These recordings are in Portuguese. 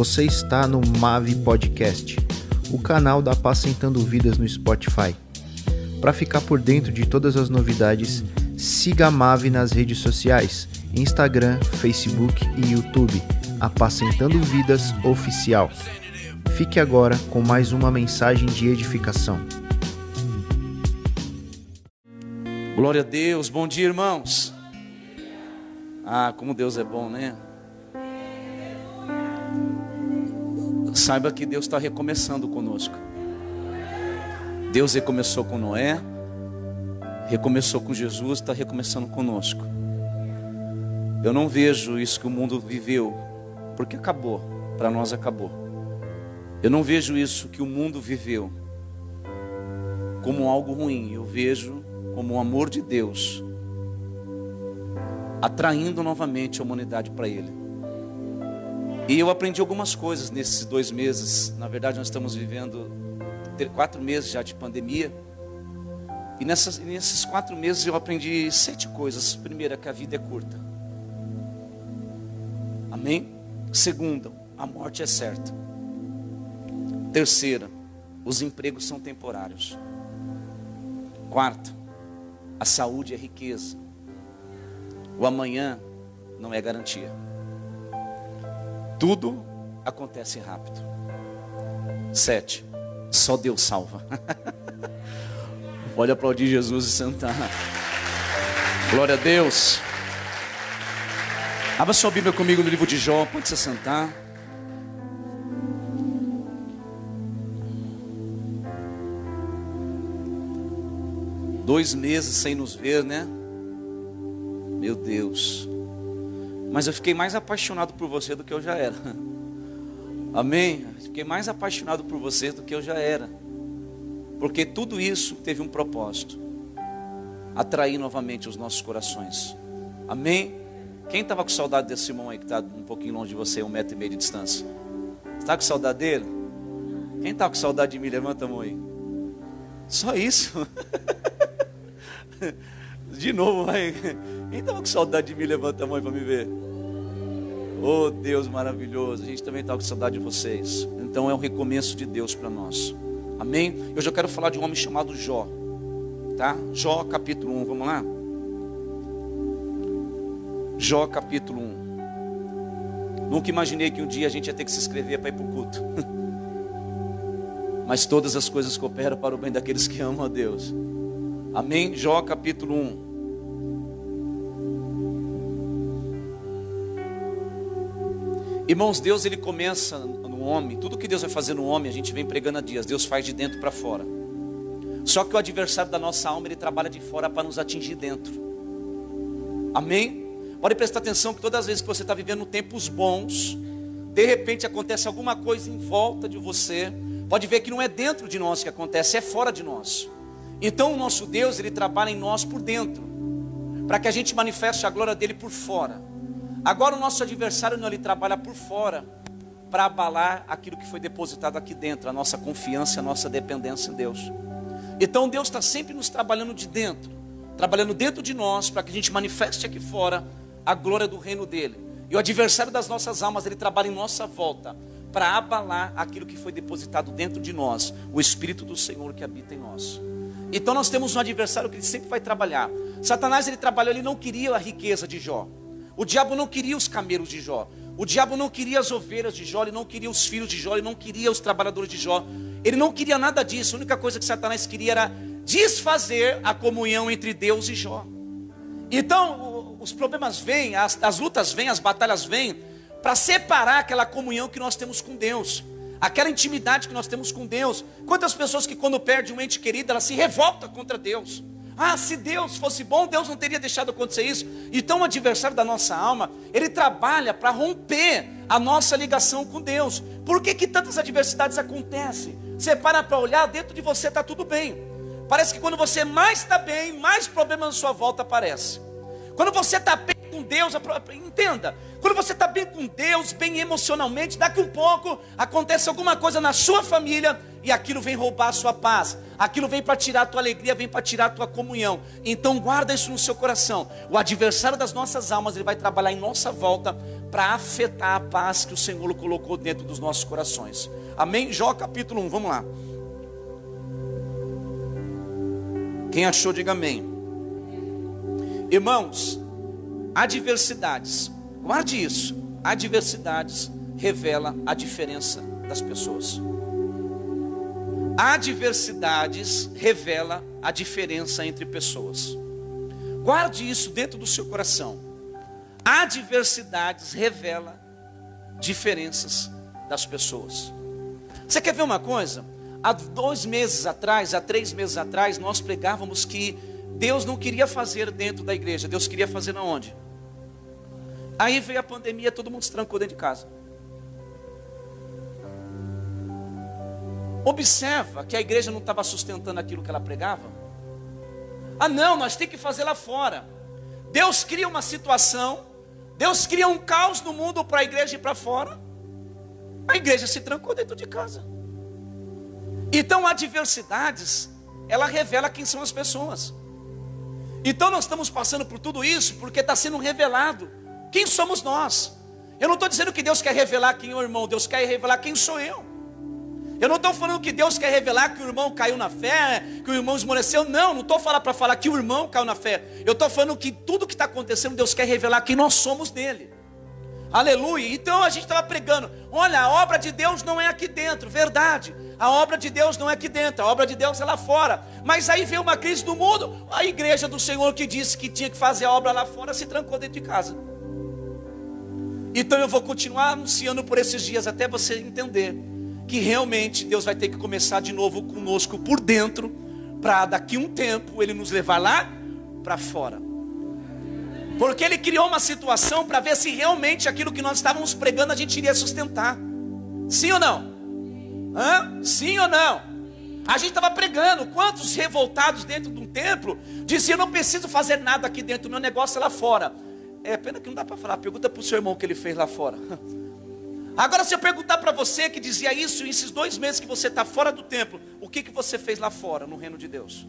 Você está no Mave Podcast, o canal da Apacentando Vidas no Spotify. Para ficar por dentro de todas as novidades, siga a Mave nas redes sociais, Instagram, Facebook e YouTube, Apacentando Vidas Oficial. Fique agora com mais uma mensagem de edificação. Glória a Deus, bom dia, irmãos. Como Deus é bom, né? Saiba que Deus está recomeçando conosco. Deus recomeçou com Noé, recomeçou com Jesus, está recomeçando conosco. Eu não vejo isso que o mundo viveu, porque acabou, para nós acabou. Eu não vejo isso que o mundo viveu como algo ruim. Eu vejo como o amor de Deus atraindo novamente a humanidade para Ele. E eu aprendi algumas coisas nesses 2 meses. Na verdade, nós estamos vivendo 4 meses já de pandemia. E nesses 4 meses eu aprendi 7 coisas. Primeira, que a vida é curta. Amém? Segunda, a morte é certa. Terceira, os empregos são temporários. Quarta, a saúde é riqueza. O amanhã não é garantia. Tudo acontece rápido. 7, só Deus salva. Pode aplaudir Jesus e sentar. Glória a Deus. Abra sua Bíblia comigo no livro de Jó. Pode se sentar. Dois meses sem nos ver, né? Meu Deus. Mas eu fiquei mais apaixonado por você do que eu já era. Amém? Fiquei mais apaixonado por você do que eu já era. Porque tudo isso teve um propósito: atrair novamente os nossos corações. Amém? Quem estava com saudade desse irmão aí que está um pouquinho longe de você, 1,5 metro de distância? Está com saudade dele? Quem está com saudade de mim? Levanta a mão aí. Só isso? De novo, vai. Quem estava com saudade de mim? Levanta a mão aí para me ver. Oh, Deus maravilhoso. A gente também está com saudade de vocês. Então é um recomeço de Deus para nós. Amém? Eu já quero falar de um homem chamado Jó. Tá? Jó capítulo 1, vamos lá? Jó capítulo 1. Nunca imaginei que um dia a gente ia ter que se inscrever para ir para o culto. Mas todas as coisas cooperam para o bem daqueles que amam a Deus. Amém? Jó capítulo 1. Irmãos, Deus ele começa no homem. Tudo que Deus vai fazer no homem, a gente vem pregando há dias. Deus faz de dentro para fora. Só que o adversário da nossa alma, ele trabalha de fora para nos atingir dentro. Amém? Pode prestar atenção que todas as vezes que você está vivendo tempos bons, de repente acontece alguma coisa em volta de você. Pode ver que não é dentro de nós que acontece, é fora de nós. Então o nosso Deus, ele trabalha em nós por dentro, para que a gente manifeste a glória dele por fora. Agora o nosso adversário não, ele trabalha por fora, para abalar aquilo que foi depositado aqui dentro, a nossa confiança, a nossa dependência em Deus. Então Deus está sempre nos trabalhando de dentro, trabalhando dentro de nós, para que a gente manifeste aqui fora a glória do reino dele. E o adversário das nossas almas, ele trabalha em nossa volta, para abalar aquilo que foi depositado dentro de nós, o Espírito do Senhor que habita em nós. Então nós temos um adversário que ele sempre vai trabalhar. Satanás, ele trabalhou, ele não queria a riqueza de Jó. O diabo não queria os camelos de Jó. O diabo não queria as ovelhas de Jó. Ele não queria os filhos de Jó. Ele não queria os trabalhadores de Jó. Ele não queria nada disso. A única coisa que Satanás queria era desfazer a comunhão entre Deus e Jó. Então os problemas vêm, as lutas vêm, as batalhas vêm, para separar aquela comunhão que nós temos com Deus, aquela intimidade que nós temos com Deus. Quantas pessoas que quando perdem um ente querido, ela se revolta contra Deus. Se Deus fosse bom, Deus não teria deixado acontecer isso. Então o adversário da nossa alma, ele trabalha para romper a nossa ligação com Deus. Por que tantas adversidades acontecem? Você para olhar, dentro de você está tudo bem. Parece que quando você mais está bem, mais problemas na sua volta aparecem. Quando você está bem com Deus, entenda, quando você está bem com Deus, bem emocionalmente, daqui um pouco acontece alguma coisa na sua família e aquilo vem roubar a sua paz, aquilo vem para tirar a tua alegria, vem para tirar a tua comunhão. Então guarda isso no seu coração. O adversário das nossas almas, ele vai trabalhar em nossa volta para afetar a paz que o Senhor colocou dentro dos nossos corações. Amém? Jó capítulo 1, vamos lá. Quem achou, diga amém. Irmãos, adversidades, guarde isso, adversidades revela a diferença das pessoas. Adversidades revela a diferença entre pessoas. Guarde isso dentro do seu coração. Adversidades revela diferenças das pessoas. Você quer ver uma coisa? Há 2 meses atrás, há 3 meses atrás, nós pregávamos que Deus não queria fazer dentro da igreja, Deus queria fazer aonde? Aí veio a pandemia, todo mundo se trancou dentro de casa. Observa que a igreja não estava sustentando aquilo que ela pregava. Ah não, nós temos que fazer lá fora. Deus cria uma situação, Deus cria um caos no mundo para a igreja ir para fora. A igreja se trancou dentro de casa. Então adversidades, ela revela quem são as pessoas. Então nós estamos passando por tudo isso porque está sendo revelado quem somos nós. Eu não estou dizendo que Deus quer revelar quem é o irmão, Deus quer revelar quem sou eu. Eu não estou falando que Deus quer revelar que o irmão caiu na fé, que o irmão esmoreceu. Não estou falando para falar que o irmão caiu na fé. Eu estou falando que tudo que está acontecendo, Deus quer revelar quem nós somos dele. Aleluia. Então a gente estava pregando, olha, a obra de Deus não é aqui dentro, verdade. A obra de Deus não é aqui dentro, a obra de Deus é lá fora. Mas aí veio uma crise do mundo, a igreja do Senhor que disse que tinha que fazer a obra lá fora, se trancou dentro de casa. Então eu vou continuar anunciando por esses dias, até você entender que realmente Deus vai ter que começar de novo conosco por dentro, para daqui um tempo Ele nos levar lá para fora. Porque Ele criou uma situação para ver se realmente aquilo que nós estávamos pregando a gente iria sustentar. Sim ou não? Sim ou não? A gente estava pregando, quantos revoltados dentro de um templo diziam, eu não preciso fazer nada aqui dentro, meu negócio é lá fora. É pena que não dá para falar, pergunta para o seu irmão o que ele fez lá fora. Agora se eu perguntar para você que dizia isso, esses 2 meses que você está fora do templo, o que você fez lá fora no reino de Deus?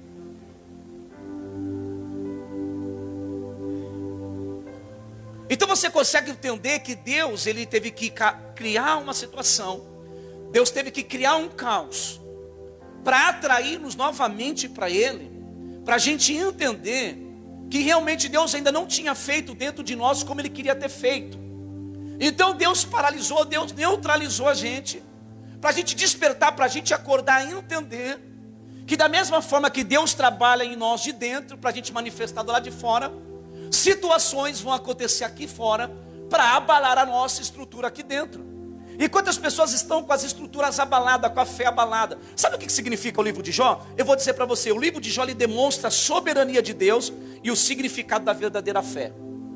Então você consegue entender que Deus, Ele teve que criar uma situação, Deus teve que criar um caos, para atrair-nos novamente para Ele, para a gente entender que realmente Deus ainda não tinha feito dentro de nós como Ele queria ter feito. Então Deus paralisou, Deus neutralizou a gente, para a gente despertar, para a gente acordar e entender que da mesma forma que Deus trabalha em nós de dentro, para a gente manifestar do lado de fora, situações vão acontecer aqui fora, para abalar a nossa estrutura aqui dentro. E quantas pessoas estão com as estruturas abaladas, com a fé abalada? Sabe o que significa o livro de Jó? Eu vou dizer para você, o livro de Jó ele demonstra a soberania de Deus e o significado da verdadeira fé.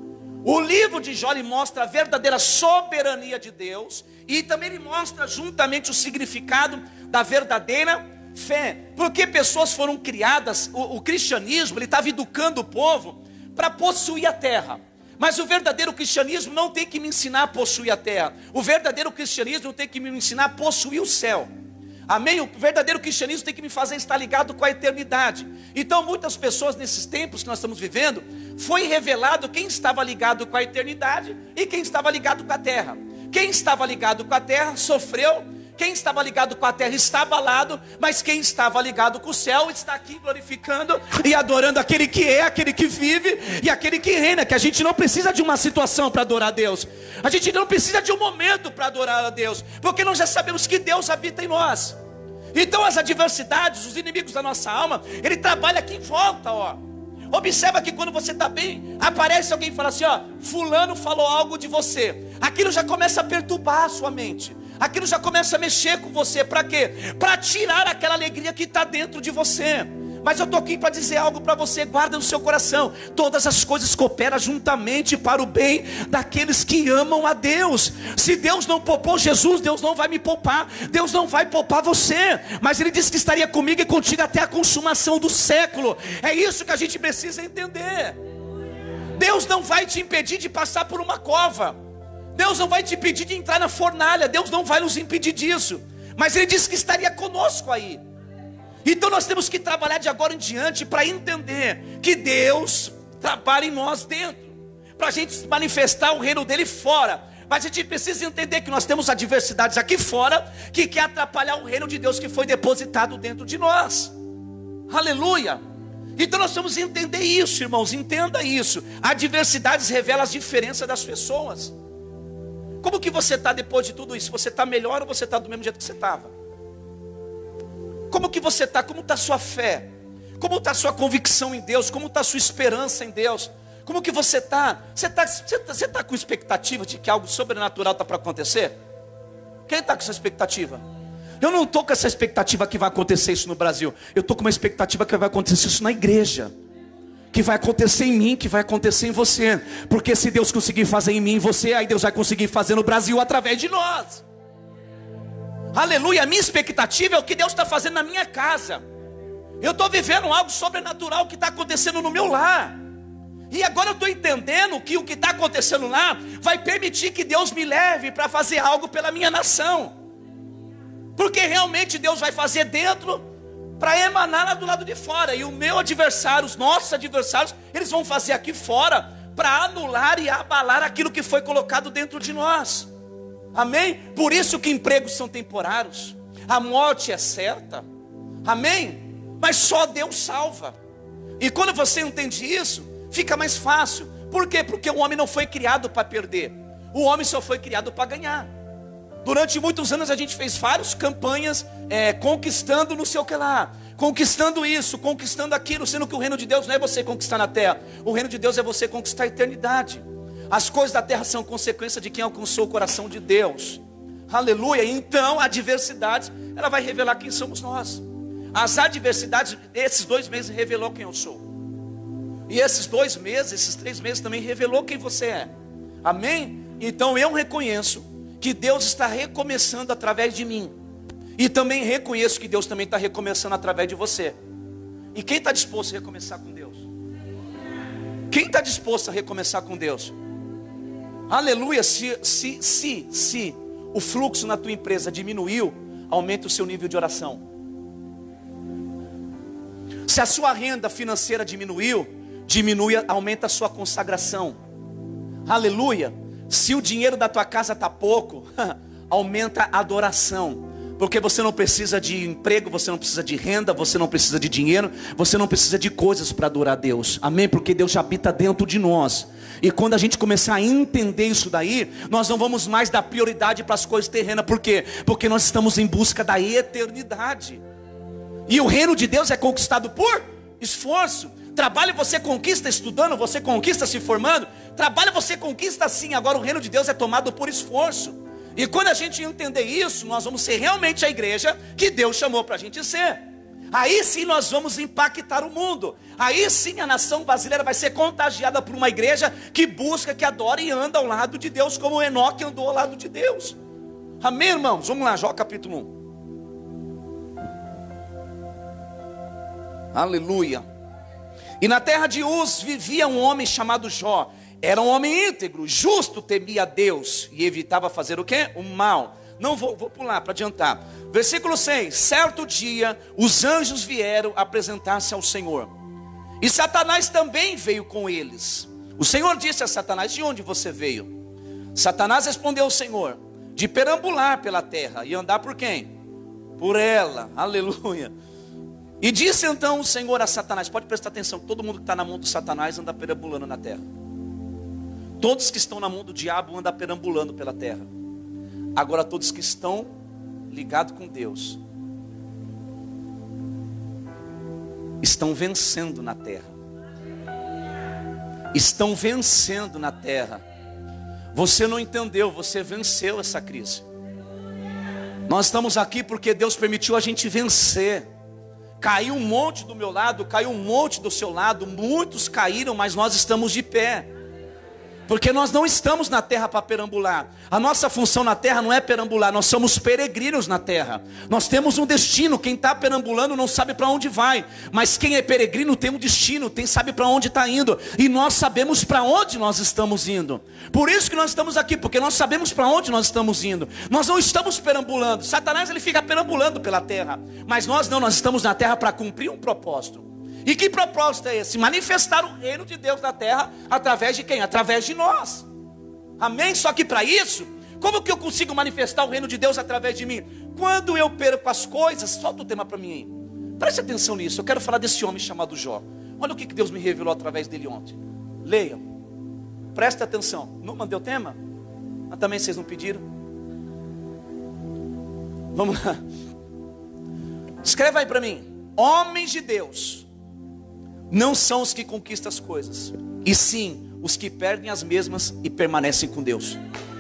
O livro de Jó ele mostra a verdadeira soberania de Deus e também ele mostra juntamente o significado da verdadeira fé. Porque pessoas foram criadas, o cristianismo ele estava educando o povo para possuir a terra. Mas o verdadeiro cristianismo não tem que me ensinar a possuir a terra. O verdadeiro cristianismo tem que me ensinar a possuir o céu. Amém? O verdadeiro cristianismo tem que me fazer estar ligado com a eternidade. Então muitas pessoas nesses tempos que nós estamos vivendo, foi revelado quem estava ligado com a eternidade e quem estava ligado com a terra. Quem estava ligado com a terra sofreu, quem estava ligado com a terra está abalado, mas quem estava ligado com o céu está aqui glorificando e adorando aquele que é, aquele que vive e aquele que reina. Que a gente não precisa de uma situação para adorar a Deus, a gente não precisa de um momento para adorar a Deus, porque nós já sabemos que Deus habita em nós. Então as adversidades, os inimigos da nossa alma, ele trabalha aqui em volta, ó. Observa que quando você está bem, aparece alguém e fala assim, ó, fulano falou algo de você. Aquilo já começa a perturbar a sua mente. Aquilo já começa a mexer com você. Para quê? Para tirar aquela alegria que está dentro de você. Mas eu estou aqui para dizer algo para você, guarda no seu coração. Todas as coisas cooperam juntamente para o bem daqueles que amam a Deus. Se Deus não poupou Jesus, Deus não vai me poupar. Deus não vai poupar você. Mas Ele disse que estaria comigo e contigo até a consumação do século. É isso que a gente precisa entender. Deus não vai te impedir de passar por uma cova. Deus não vai te impedir de entrar na fornalha. Deus não vai nos impedir disso. Mas Ele disse que estaria conosco aí. Então nós temos que trabalhar de agora em diante para entender que Deus trabalha em nós dentro. para a gente manifestar o reino dele fora. Mas a gente precisa entender que nós temos adversidades aqui fora que quer atrapalhar o reino de Deus que foi depositado dentro de nós. Aleluia! Então nós temos que entender isso, irmãos, entenda isso. Adversidades revelam as diferenças das pessoas. Como que você está depois de tudo isso? Você está melhor ou você está do mesmo jeito que você estava? Como que você está? Como está a sua fé? Como está a sua convicção em Deus? Como está a sua esperança em Deus? Como que você está? Você está com expectativa de que algo sobrenatural está para acontecer? Quem está com essa expectativa? Eu não estou com essa expectativa que vai acontecer isso no Brasil. Eu estou com uma expectativa que vai acontecer isso na igreja. Que vai acontecer em mim, que vai acontecer em você. Porque se Deus conseguir fazer em mim e em você, aí Deus vai conseguir fazer no Brasil através de nós. Aleluia, a minha expectativa é o que Deus está fazendo na minha casa. Eu estou vivendo algo sobrenatural que está acontecendo no meu lar. E agora eu estou entendendo que o que está acontecendo lá vai permitir que Deus me leve para fazer algo pela minha nação. Porque realmente Deus vai fazer dentro para emanar lá do lado de fora. E o meu adversário, os nossos adversários, eles vão fazer aqui fora para anular e abalar aquilo que foi colocado dentro de nós. Amém? Por isso que empregos são temporários. A morte é certa. Amém? Mas só Deus salva. E quando você entende isso, fica mais fácil. Por quê? Porque o homem não foi criado para perder. O homem só foi criado para ganhar. Durante muitos anos a gente fez várias campanhas conquistando não sei o que lá, conquistando isso, conquistando aquilo, sendo que o reino de Deus não é você conquistar na terra. O reino de Deus é você conquistar a eternidade. As coisas da terra são consequência de quem alcançou o coração de Deus. Aleluia. Então a adversidade, ela vai revelar quem somos nós. As adversidades, esses 2 meses revelou quem eu sou. E esses 2 meses, esses 3 meses também revelou quem você é. Amém? Então eu reconheço que Deus está recomeçando através de mim. E também reconheço que Deus também está recomeçando através de você. E quem está disposto a recomeçar com Deus? Quem está disposto a recomeçar com Deus? Aleluia. Se o fluxo na tua empresa diminuiu, aumenta o seu nível de oração. Se a sua renda financeira diminuiu, aumenta a sua consagração. Aleluia. Se o dinheiro da tua casa está pouco, aumenta a adoração. Porque você não precisa de emprego, você não precisa de renda, você não precisa de dinheiro, você não precisa de coisas para adorar a Deus. Amém? Porque Deus já habita dentro de nós. E quando a gente começar a entender isso daí, nós não vamos mais dar prioridade para as coisas terrenas. Por quê? Porque nós estamos em busca da eternidade. E o reino de Deus é conquistado por esforço. Trabalho você conquista estudando, você conquista se formando. Trabalho você conquista sim. Agora o reino de Deus é tomado por esforço. E quando a gente entender isso, nós vamos ser realmente a igreja que Deus chamou para a gente ser. Aí sim nós vamos impactar o mundo. Aí sim a nação brasileira vai ser contagiada por uma igreja que busca, que adora e anda ao lado de Deus, como Enoque andou ao lado de Deus. Amém, irmãos? Vamos lá, Jó capítulo 1. Aleluia. E na terra de Uz vivia um homem chamado Jó. Era um homem íntegro, justo, temia a Deus e evitava fazer o quê? O mal. Não vou pular para adiantar. Versículo 6. Certo dia os anjos vieram apresentar-se ao Senhor. E Satanás também veio com eles. O Senhor disse a Satanás: de onde você veio? Satanás respondeu ao Senhor: de perambular pela terra. E andar por quem? Por ela. Aleluia. E disse então o Senhor a Satanás: pode prestar atenção, todo mundo que está na mão do Satanás anda perambulando na terra. Todos que estão na mão do diabo andam perambulando pela terra. Agora todos que estão ligados com Deus estão vencendo na terra. Estão vencendo na terra. Você não entendeu, você venceu essa crise. Nós estamos aqui porque Deus permitiu a gente vencer. Caiu um monte do meu lado, caiu um monte do seu lado, muitos caíram, mas nós estamos de pé. Porque nós não estamos na terra para perambular. A nossa função na terra não é perambular, nós somos peregrinos na terra. Nós temos um destino, quem está perambulando não sabe para onde vai. Mas quem é peregrino tem um destino, sabe para onde está indo. E nós sabemos para onde nós estamos indo. Por isso que nós estamos aqui, porque nós sabemos para onde nós estamos indo. Nós não estamos perambulando. Satanás ele fica perambulando pela terra. Mas nós não, nós estamos na terra para cumprir um propósito. E que propósito é esse? Manifestar o reino de Deus na terra através de quem? Através de nós. Amém? Só que para isso, como que eu consigo manifestar o reino de Deus através de mim? Quando eu perco as coisas, solta o tema para mim aí. Preste atenção nisso, eu quero falar desse homem chamado Jó. Olha o que Deus me revelou através dele ontem. Leiam, presta atenção. Não mandei o tema? Mas também vocês não pediram? Vamos lá. Escreva aí para mim. Homens de Deus não são os que conquistam as coisas, e sim os que perdem as mesmas e permanecem com Deus.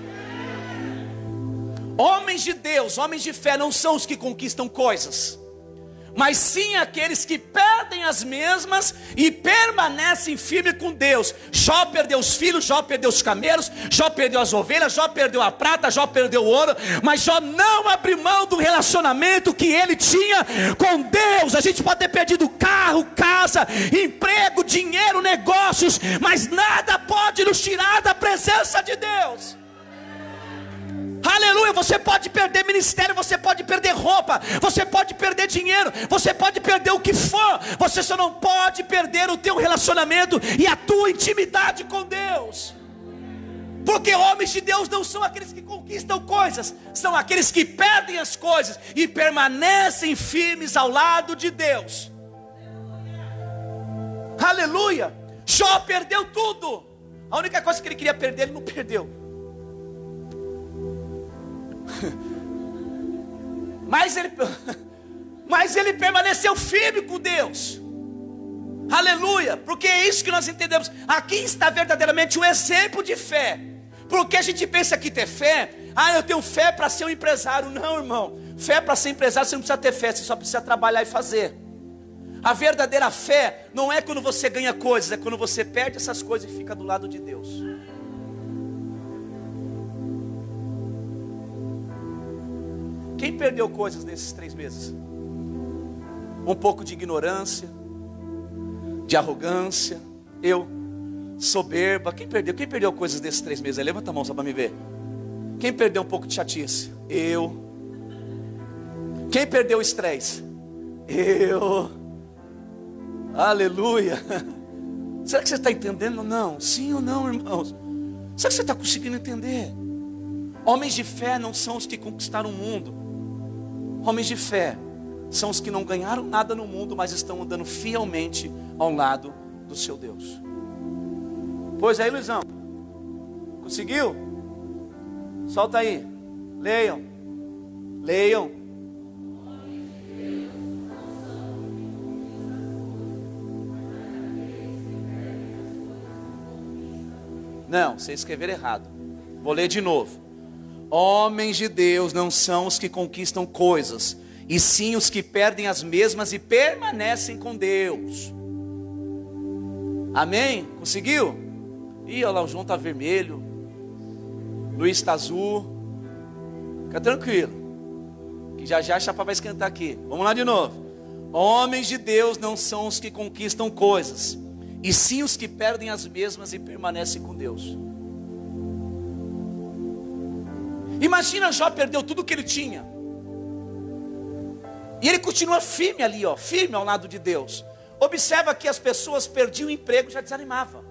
Homens de Deus, homens de fé, não são os que conquistam coisas, mas sim aqueles que perdem as mesmas e permanecem firmes com Deus. Jó perdeu os filhos, Jó perdeu os camelos, Jó perdeu as ovelhas, Jó perdeu a prata, Jó perdeu o ouro, mas Jó não abriu mão do relacionamento que ele tinha com Deus. A gente pode ter perdido carro, casa, emprego, dinheiro, negócios, mas nada pode nos tirar da presença de Deus. Aleluia. Você pode perder ministério, você pode perder roupa, você pode perder dinheiro, você pode perder o que for, você só não pode perder o teu relacionamento e a tua intimidade com Deus. Porque homens de Deus não são aqueles que conquistam coisas, são aqueles que perdem as coisas e permanecem firmes ao lado de Deus. Aleluia. Jó perdeu tudo. A única coisa que ele queria perder, ele não perdeu. Mas ele permaneceu firme com Deus. Aleluia. Porque é isso que nós entendemos. Aqui está verdadeiramente um exemplo de fé. Porque a gente pensa que ter fé, eu tenho fé para ser um empresário. Não, irmão, fé para ser empresário você não precisa ter fé, você só precisa trabalhar e fazer. A verdadeira fé não é quando você ganha coisas, é quando você perde essas coisas e fica do lado de Deus. Quem perdeu coisas nesses 3 meses? Um pouco de ignorância, de arrogância, soberba. Quem perdeu coisas nesses 3 meses? Levanta a mão só para me ver. Quem perdeu um pouco de chatice? Eu. Quem perdeu o estresse? Eu. Aleluia. Será que você está entendendo? Não. Sim ou não, irmãos? Será que você está conseguindo entender? Homens de fé não são os que conquistaram o mundo. Homens de fé são os que não ganharam nada no mundo, mas estão andando fielmente ao lado do seu Deus. Pois aí, Luizão, conseguiu? Solta aí. Leiam. Não, vocês escreveram errado. Vou ler de novo. Homens de Deus não são os que conquistam coisas, e sim os que perdem as mesmas e permanecem com Deus. Amém? Conseguiu? Ih, olha lá, o João está vermelho, Luiz está azul. Fica tranquilo, que já a chapa vai esquentar aqui. Vamos lá de novo. Homens de Deus não são os que conquistam coisas, e sim os que perdem as mesmas e permanecem com Deus. Imagina, Jó perdeu tudo que ele tinha, e ele continua firme ali, firme ao lado de Deus. Observa que as pessoas perdiam o emprego, já desanimava.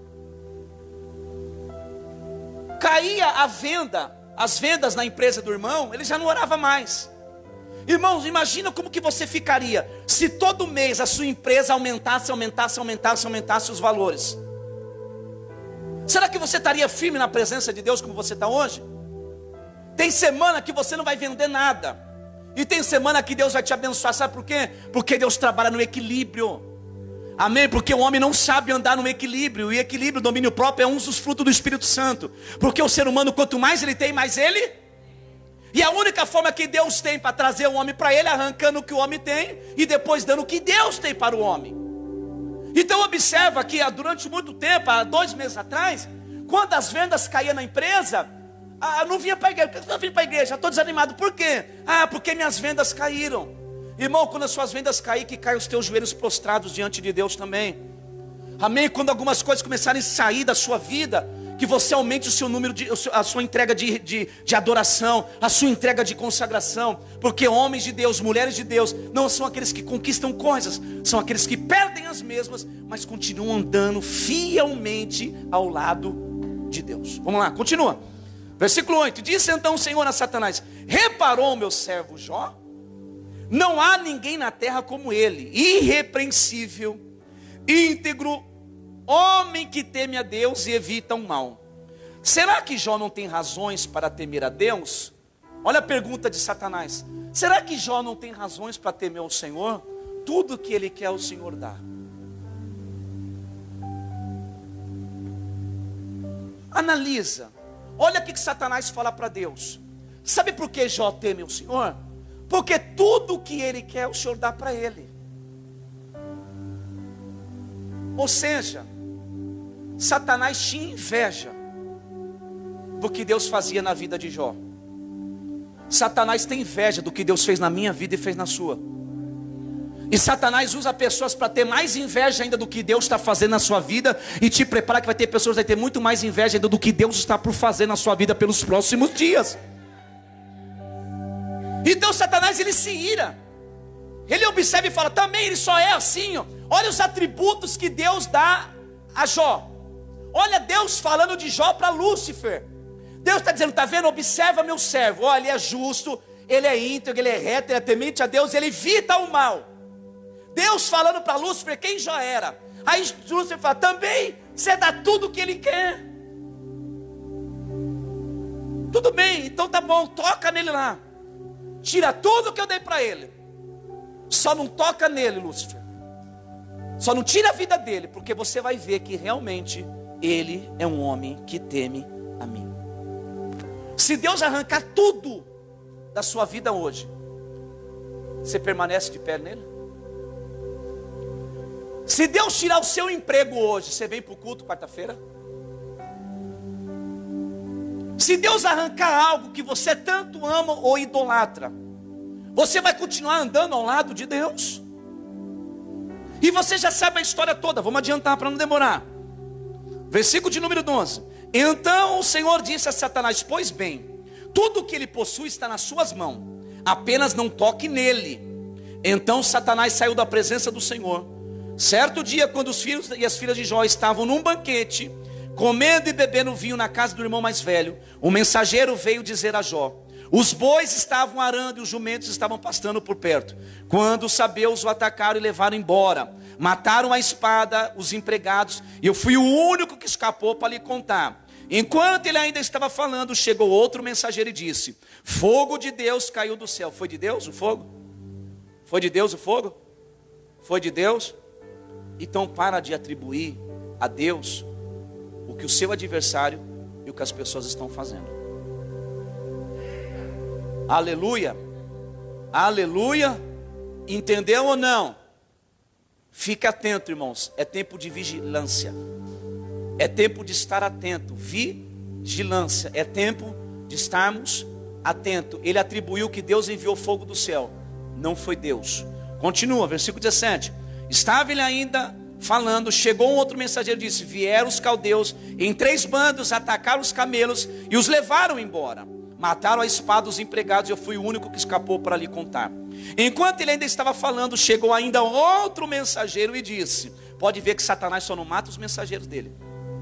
Caía as vendas na empresa do irmão, ele já não orava mais. Irmãos, imagina como que você ficaria se todo mês a sua empresa aumentasse os valores. Será que você estaria firme na presença de Deus como você está hoje? Tem semana que você não vai vender nada, e tem semana que Deus vai te abençoar. Sabe por quê? Porque Deus trabalha no equilíbrio. Amém? Porque o homem não sabe andar no equilíbrio. E equilíbrio, domínio próprio, é um dos frutos do Espírito Santo. Porque o ser humano, quanto mais ele tem, mais ele. E a única forma que Deus tem para trazer o homem para ele, arrancando o que o homem tem e depois dando o que Deus tem para o homem. Então observa que durante muito tempo, há 2 meses atrás, quando as vendas caíam na empresa, não vinha para a igreja. Por que você não vinha para a igreja? Estou desanimado. Por quê? Porque minhas vendas caíram. Irmão, quando as suas vendas caírem, que caem os teus joelhos prostrados diante de Deus também. Amém? Quando algumas coisas começarem a sair da sua vida, que você aumente o seu número, a sua entrega de adoração, a sua entrega de consagração. Porque homens de Deus, mulheres de Deus, não são aqueles que conquistam coisas, são aqueles que perdem as mesmas, mas continuam andando fielmente ao lado de Deus. Vamos lá, continua. Versículo 8, disse então o Senhor a Satanás: reparou o meu servo Jó? Não há ninguém na terra como ele, irrepreensível, íntegro, homem que teme a Deus e evita o mal. Será que Jó não tem razões para temer a Deus? Olha a pergunta de Satanás: será que Jó não tem razões para temer ao Senhor? Tudo que ele quer o Senhor dá. Analisa, olha o que Satanás fala para Deus. Sabe por que Jó teme o Senhor? Porque tudo que ele quer o Senhor dá para ele. Ou seja, Satanás tinha inveja do que Deus fazia na vida de Jó. Satanás tem inveja do que Deus fez na minha vida e fez na sua. E Satanás usa pessoas para ter mais inveja ainda do que Deus está fazendo na sua vida. E te prepara que vai ter pessoas que vai ter muito mais inveja ainda do que Deus está por fazer na sua vida pelos próximos dias. Então Satanás, ele se ira. Ele observa e fala: também ele só é assim, ó. Olha os atributos que Deus dá a Jó. Olha Deus falando de Jó para Lúcifer. Deus está dizendo: está vendo? Observa meu servo. Olha, ele é justo, ele é íntegro, ele é reto, ele é temente a Deus, ele evita o mal. Deus falando para Lúcifer quem Jó era. Aí Lúcifer fala: também você dá tudo o que ele quer. Tudo bem, então tá bom, toca nele lá. Tira tudo que eu dei para ele. Só não toca nele, Lúcifer. Só não tira a vida dele, porque você vai ver que realmente ele é um homem que teme a mim. Se Deus arrancar tudo da sua vida hoje, você permanece de pé nele? Se Deus tirar o seu emprego hoje, você vem para o culto quarta-feira? Se Deus arrancar algo que você tanto ama ou idolatra, você vai continuar andando ao lado de Deus? E você já sabe a história toda, vamos adiantar para não demorar. Versículo de número 12. Então o Senhor disse a Satanás: pois bem, tudo que ele possui está nas suas mãos, apenas não toque nele. Então Satanás saiu da presença do Senhor. Certo dia, quando os filhos e as filhas de Jó estavam num banquete, comendo e bebendo vinho na casa do irmão mais velho, o mensageiro veio dizer a Jó: os bois estavam arando e os jumentos estavam pastando por perto, quando os sabeus o atacaram e levaram embora. Mataram a espada os empregados, e eu fui o único que escapou para lhe contar. Enquanto ele ainda estava falando, chegou outro mensageiro e disse: fogo de Deus caiu do céu. Foi de Deus o fogo? Foi de Deus o fogo? Foi de Deus? Então para de atribuir a Deus o que o seu adversário e o que as pessoas estão fazendo. Aleluia, aleluia. Entendeu ou não? Fique atento, irmãos. É tempo de vigilância. É tempo de estar atento. Vigilância. É tempo de estarmos atentos. Ele atribuiu que Deus enviou fogo do céu. Não foi Deus. Continua, versículo 17. Estava ele ainda falando, chegou um outro mensageiro e disse: vieram os caldeus em 3 bandos, atacaram os camelos e os levaram embora. Mataram a espada os empregados, e eu fui o único que escapou para lhe contar. Enquanto ele ainda estava falando, chegou ainda outro mensageiro e disse: pode ver que Satanás só não mata os mensageiros dele.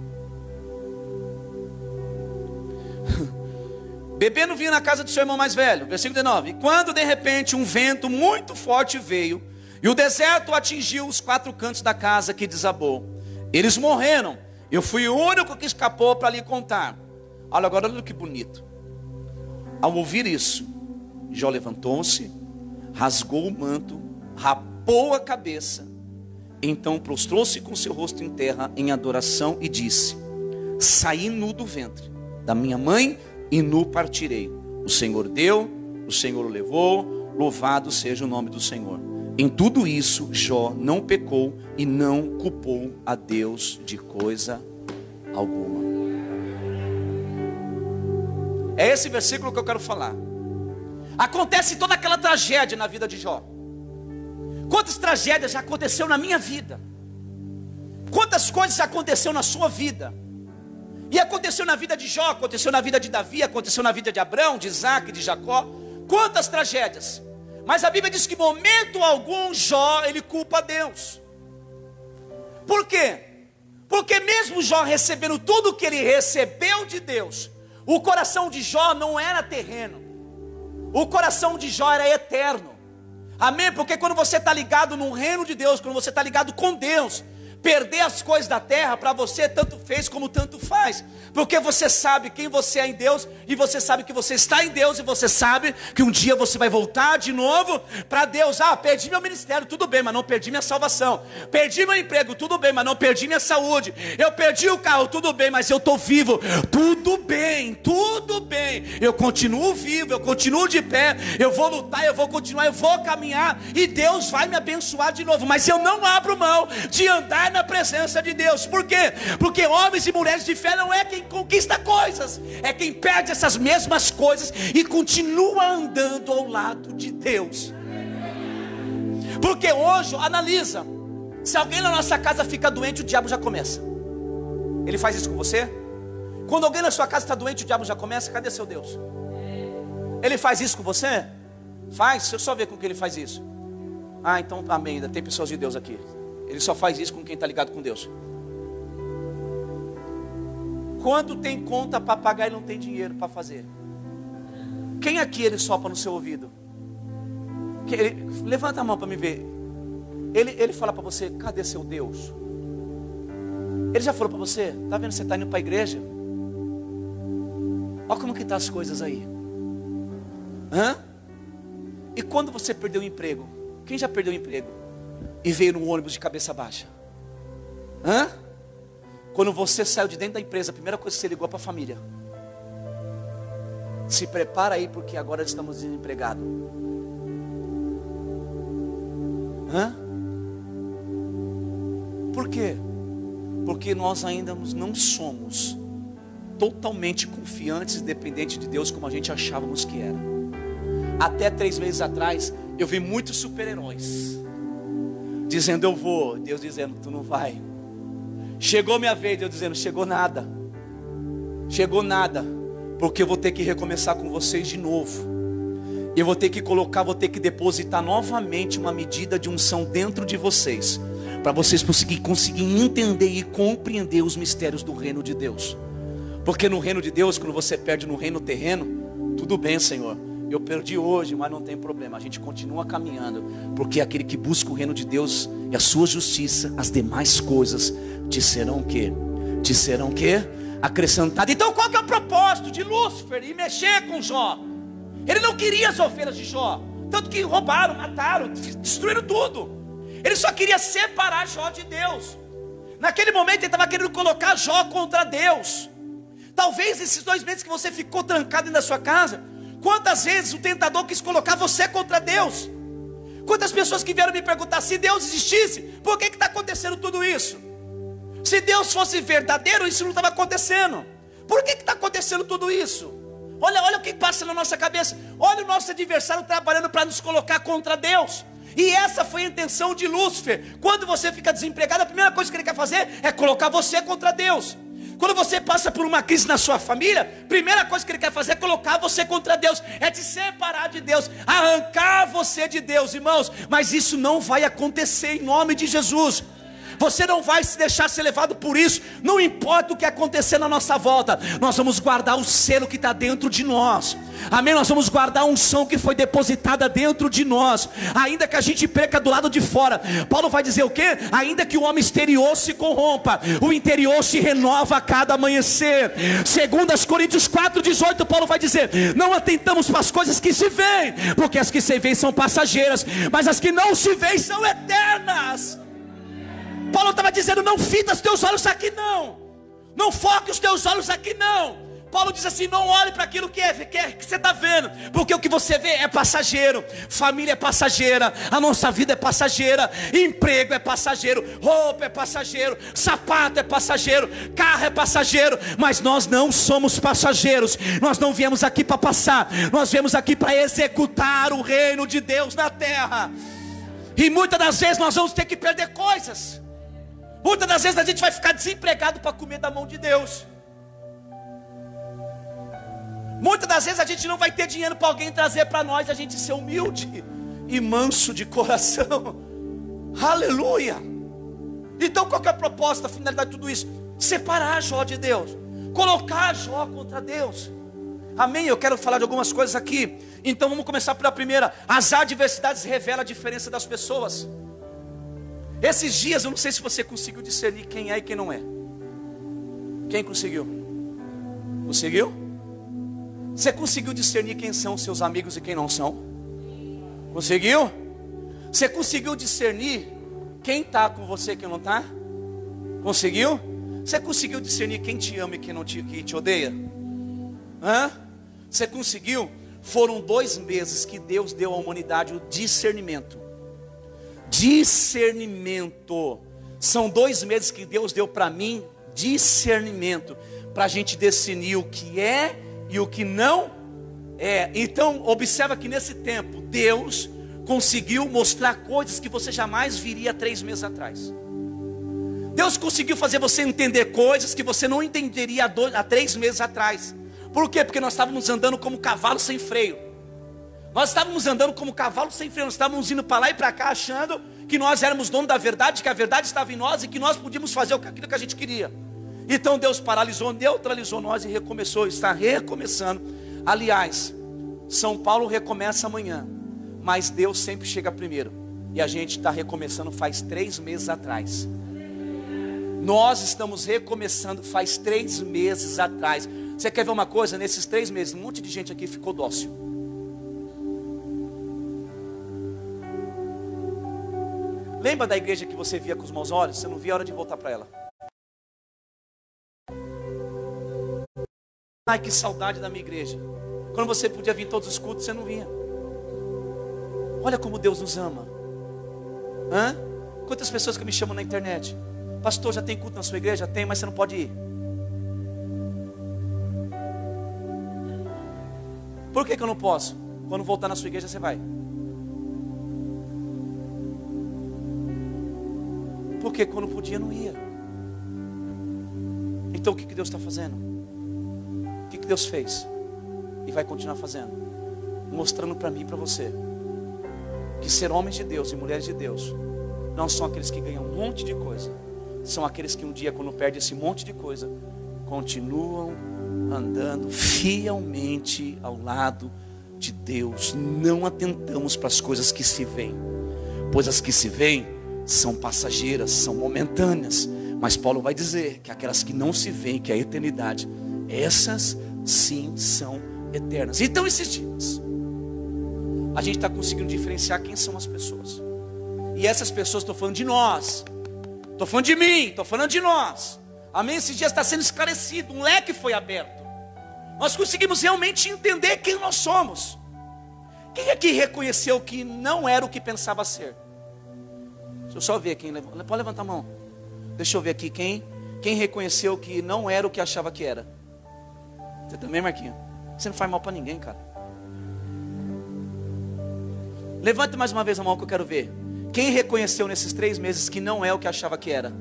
Bebendo vinho na casa do seu irmão mais velho. Versículo 19. E quando de repente um vento muito forte veio, e o deserto atingiu os 4 cantos da casa, que desabou. Eles morreram. Eu fui o único que escapou para lhe contar. Olha agora, olha que bonito. Ao ouvir isso, Jó levantou-se, rasgou o manto, rapou a cabeça, então prostrou-se com seu rosto em terra em adoração e disse: saí nu do ventre da minha mãe e nu partirei. O Senhor deu, o Senhor o levou, louvado seja o nome do Senhor. Em tudo isso, Jó não pecou e não culpou a Deus de coisa alguma. É esse versículo que eu quero falar. Acontece toda aquela tragédia na vida de Jó. Quantas tragédias já aconteceu na minha vida? Quantas coisas já aconteceu na sua vida? E aconteceu aconteceu na vida de Jó, aconteceu na vida de Davi, aconteceu na vida de Abraão, de Isaac, de Jacó. Quantas tragédias. Mas a Bíblia diz que em momento algum Jó, ele culpa a Deus. Por quê? Porque mesmo Jó recebendo tudo que ele recebeu de Deus, o coração de Jó não era terreno. O coração de Jó era eterno. Amém? Porque quando você está ligado no reino de Deus, quando você está ligado com Deus, perder as coisas da terra para você tanto fez como tanto faz, porque você sabe quem você é em Deus, e você sabe que você está em Deus, e você sabe que um dia você vai voltar de novo para Deus. Perdi meu ministério, tudo bem, mas não perdi minha salvação. Perdi meu emprego, tudo bem, mas não perdi minha saúde. Eu perdi o carro, tudo bem, mas eu estou vivo. Tudo bem, tudo bem. Eu continuo vivo, eu continuo de pé, eu vou lutar, eu vou continuar, eu vou caminhar, e Deus vai me abençoar de novo. Mas eu não abro mão de andar na presença de Deus. Por quê? Porque homens e mulheres de fé não é quem conquista coisas, é quem perde essas mesmas coisas e continua andando ao lado de Deus. Porque hoje, analisa, se alguém na nossa casa fica doente, o diabo já começa. Ele faz isso com você? Quando alguém na sua casa está doente, o diabo já começa. Cadê seu Deus? Ele faz isso com você? Faz? Deixa eu só ver com que ele faz isso. Então amém, ainda tem pessoas de Deus aqui. Ele só faz isso com quem está ligado com Deus. Quando tem conta para pagar e não tem dinheiro para fazer, quem aqui ele sopra no seu ouvido? Levanta a mão para me ver. Ele fala para você: cadê seu Deus? Ele já falou para você: tá vendo, você está indo para a igreja? Olha como que tá as coisas aí. E quando você perdeu o emprego? Quem já perdeu o emprego e veio no ônibus de cabeça baixa? Quando você saiu de dentro da empresa, a primeira coisa que você ligou para a família: se prepara aí, porque agora estamos desempregados. Por quê? Porque nós ainda não somos totalmente confiantes e dependentes de Deus como a gente achávamos que era. Até 3 meses atrás, eu vi muitos super-heróis dizendo: eu vou. Deus dizendo: tu não vai. Chegou minha vez, Deus dizendo: chegou nada. Chegou nada. Porque eu vou ter que recomeçar com vocês de novo. Eu vou ter que vou ter que depositar novamente uma medida de unção dentro de vocês, para vocês conseguirem entender e compreender os mistérios do reino de Deus. Porque no reino de Deus, quando você perde no reino terreno, tudo bem, Senhor, eu perdi hoje, mas não tem problema, a gente continua caminhando. Porque aquele que busca o reino de Deus e a sua justiça, as demais coisas te serão o quê? Te serão o quê? Acrescentado. Então qual que é o propósito de Lúcifer e mexer com Jó? Ele não queria as ovelhas de Jó, tanto que roubaram, mataram, destruíram tudo. Ele só queria separar Jó de Deus. Naquele momento ele estava querendo colocar Jó contra Deus. Talvez esses 2 meses que você ficou trancado dentro da sua casa, quantas vezes o tentador quis colocar você contra Deus? Quantas pessoas que vieram me perguntar: se Deus existisse, por que está acontecendo tudo isso? Se Deus fosse verdadeiro, isso não estava acontecendo. Por que está acontecendo tudo isso? Olha o que passa na nossa cabeça. Olha o nosso adversário trabalhando para nos colocar contra Deus. E essa foi a intenção de Lúcifer. Quando você fica desempregado, a primeira coisa que ele quer fazer é colocar você contra Deus. Quando você passa por uma crise na sua família, a primeira coisa que ele quer fazer é colocar você contra Deus, é te separar de Deus, arrancar você de Deus, irmãos. Mas isso não vai acontecer em nome de Jesus. Você não vai se deixar ser levado por isso. Não importa o que acontecer na nossa volta, nós vamos guardar o selo que está dentro de nós. Amém? Nós vamos guardar a unção que foi depositada dentro de nós. Ainda que a gente perca do lado de fora, Paulo vai dizer o quê? Ainda que o homem exterior se corrompa, o interior se renova a cada amanhecer. Segundo as Coríntios 4:18, Paulo vai dizer: não atentamos para as coisas que se veem, porque as que se veem são passageiras, mas as que não se veem são eternas. Paulo estava dizendo: não fita os teus olhos aqui não. Não foque os teus olhos aqui não. Paulo diz assim: não olhe para aquilo que você está vendo, porque o que você vê é passageiro. Família é passageira, a nossa vida é passageira, emprego é passageiro, roupa é passageiro, sapato é passageiro, carro é passageiro. Mas nós não somos passageiros. Nós não viemos aqui para passar, nós viemos aqui para executar o reino de Deus na terra. E muitas das vezes nós vamos ter que perder coisas. Muitas das vezes a gente vai ficar desempregado para comer da mão de Deus. Muitas das vezes a gente não vai ter dinheiro para alguém trazer para nós, a gente ser humilde e manso de coração. Aleluia. Então qual que é a proposta, a finalidade de tudo isso? Separar Jó de Deus, colocar Jó contra Deus. Amém? Eu quero falar de algumas coisas aqui. Então vamos começar pela primeira. As adversidades revelam a diferença das pessoas. Esses dias eu não sei se você conseguiu discernir quem é e quem não é. Quem conseguiu? Conseguiu? Você conseguiu discernir quem são seus amigos e quem não são? Conseguiu? Você conseguiu discernir quem está com você e quem não está? Conseguiu? Você conseguiu discernir quem te ama e quem te odeia? Hã? Você conseguiu? Foram 2 meses que Deus deu à humanidade o discernimento. Discernimento. São 2 meses que Deus deu para mim discernimento, para a gente discernir o que é e o que não é. Então observa que nesse tempo Deus conseguiu mostrar coisas que você jamais viria 3 meses atrás. Deus conseguiu fazer você entender coisas que você não entenderia há 3 meses atrás. Por quê? Porque nós estávamos andando como cavalo sem freio. Nós estávamos andando como cavalo sem freio. Nós estávamos indo para lá e para cá achando que nós éramos dono da verdade, que a verdade estava em nós e que nós podíamos fazer aquilo que a gente queria. Então Deus paralisou, neutralizou nós e recomeçou, está recomeçando. Aliás, São Paulo recomeça amanhã, mas Deus sempre chega primeiro. E a gente está recomeçando faz 3 meses atrás. Nós estamos recomeçando faz 3 meses atrás. Você quer ver uma coisa? Nesses 3 meses, um monte de gente aqui ficou dócil. Lembra da igreja que você via com os maus olhos? Você não via a hora de voltar para ela. Ai, que saudade da minha igreja. Quando você podia vir em todos os cultos, você não vinha. Olha como Deus nos ama. Hã? Quantas pessoas que me chamam na internet: pastor, já tem culto na sua igreja? Tem, mas você não pode ir. Por que eu não posso? Quando voltar na sua igreja você vai. Porque quando podia não ia. Então o que Deus está fazendo? O que Deus fez? E vai continuar fazendo? Mostrando para mim e para você que ser homens de Deus e mulheres de Deus não são aqueles que ganham um monte de coisa. São aqueles que um dia, quando perdem esse monte de coisa, continuam andando fielmente ao lado de Deus. Não atentamos para as coisas que se veem, pois as que se veem são passageiras, são momentâneas. Mas Paulo vai dizer que aquelas que não se veem, que é a eternidade, essas sim são eternas. Então esses dias a gente está conseguindo diferenciar quem são as pessoas. E essas pessoas, estou falando de nós, estou falando de mim, estou falando de nós. Amém? Esses dias está sendo esclarecido, um leque foi aberto. Nós conseguimos realmente entender quem nós somos. Quem aqui reconheceu que não era o que pensava ser? Deixa eu só ver quem levanta. Pode levantar a mão. Deixa eu ver aqui quem reconheceu que não era o que achava que era. Você também, Marquinhos? Você não faz mal para ninguém, cara. Levante mais uma vez a mão que eu quero ver. Quem reconheceu nesses 3 meses que não é o que achava que era?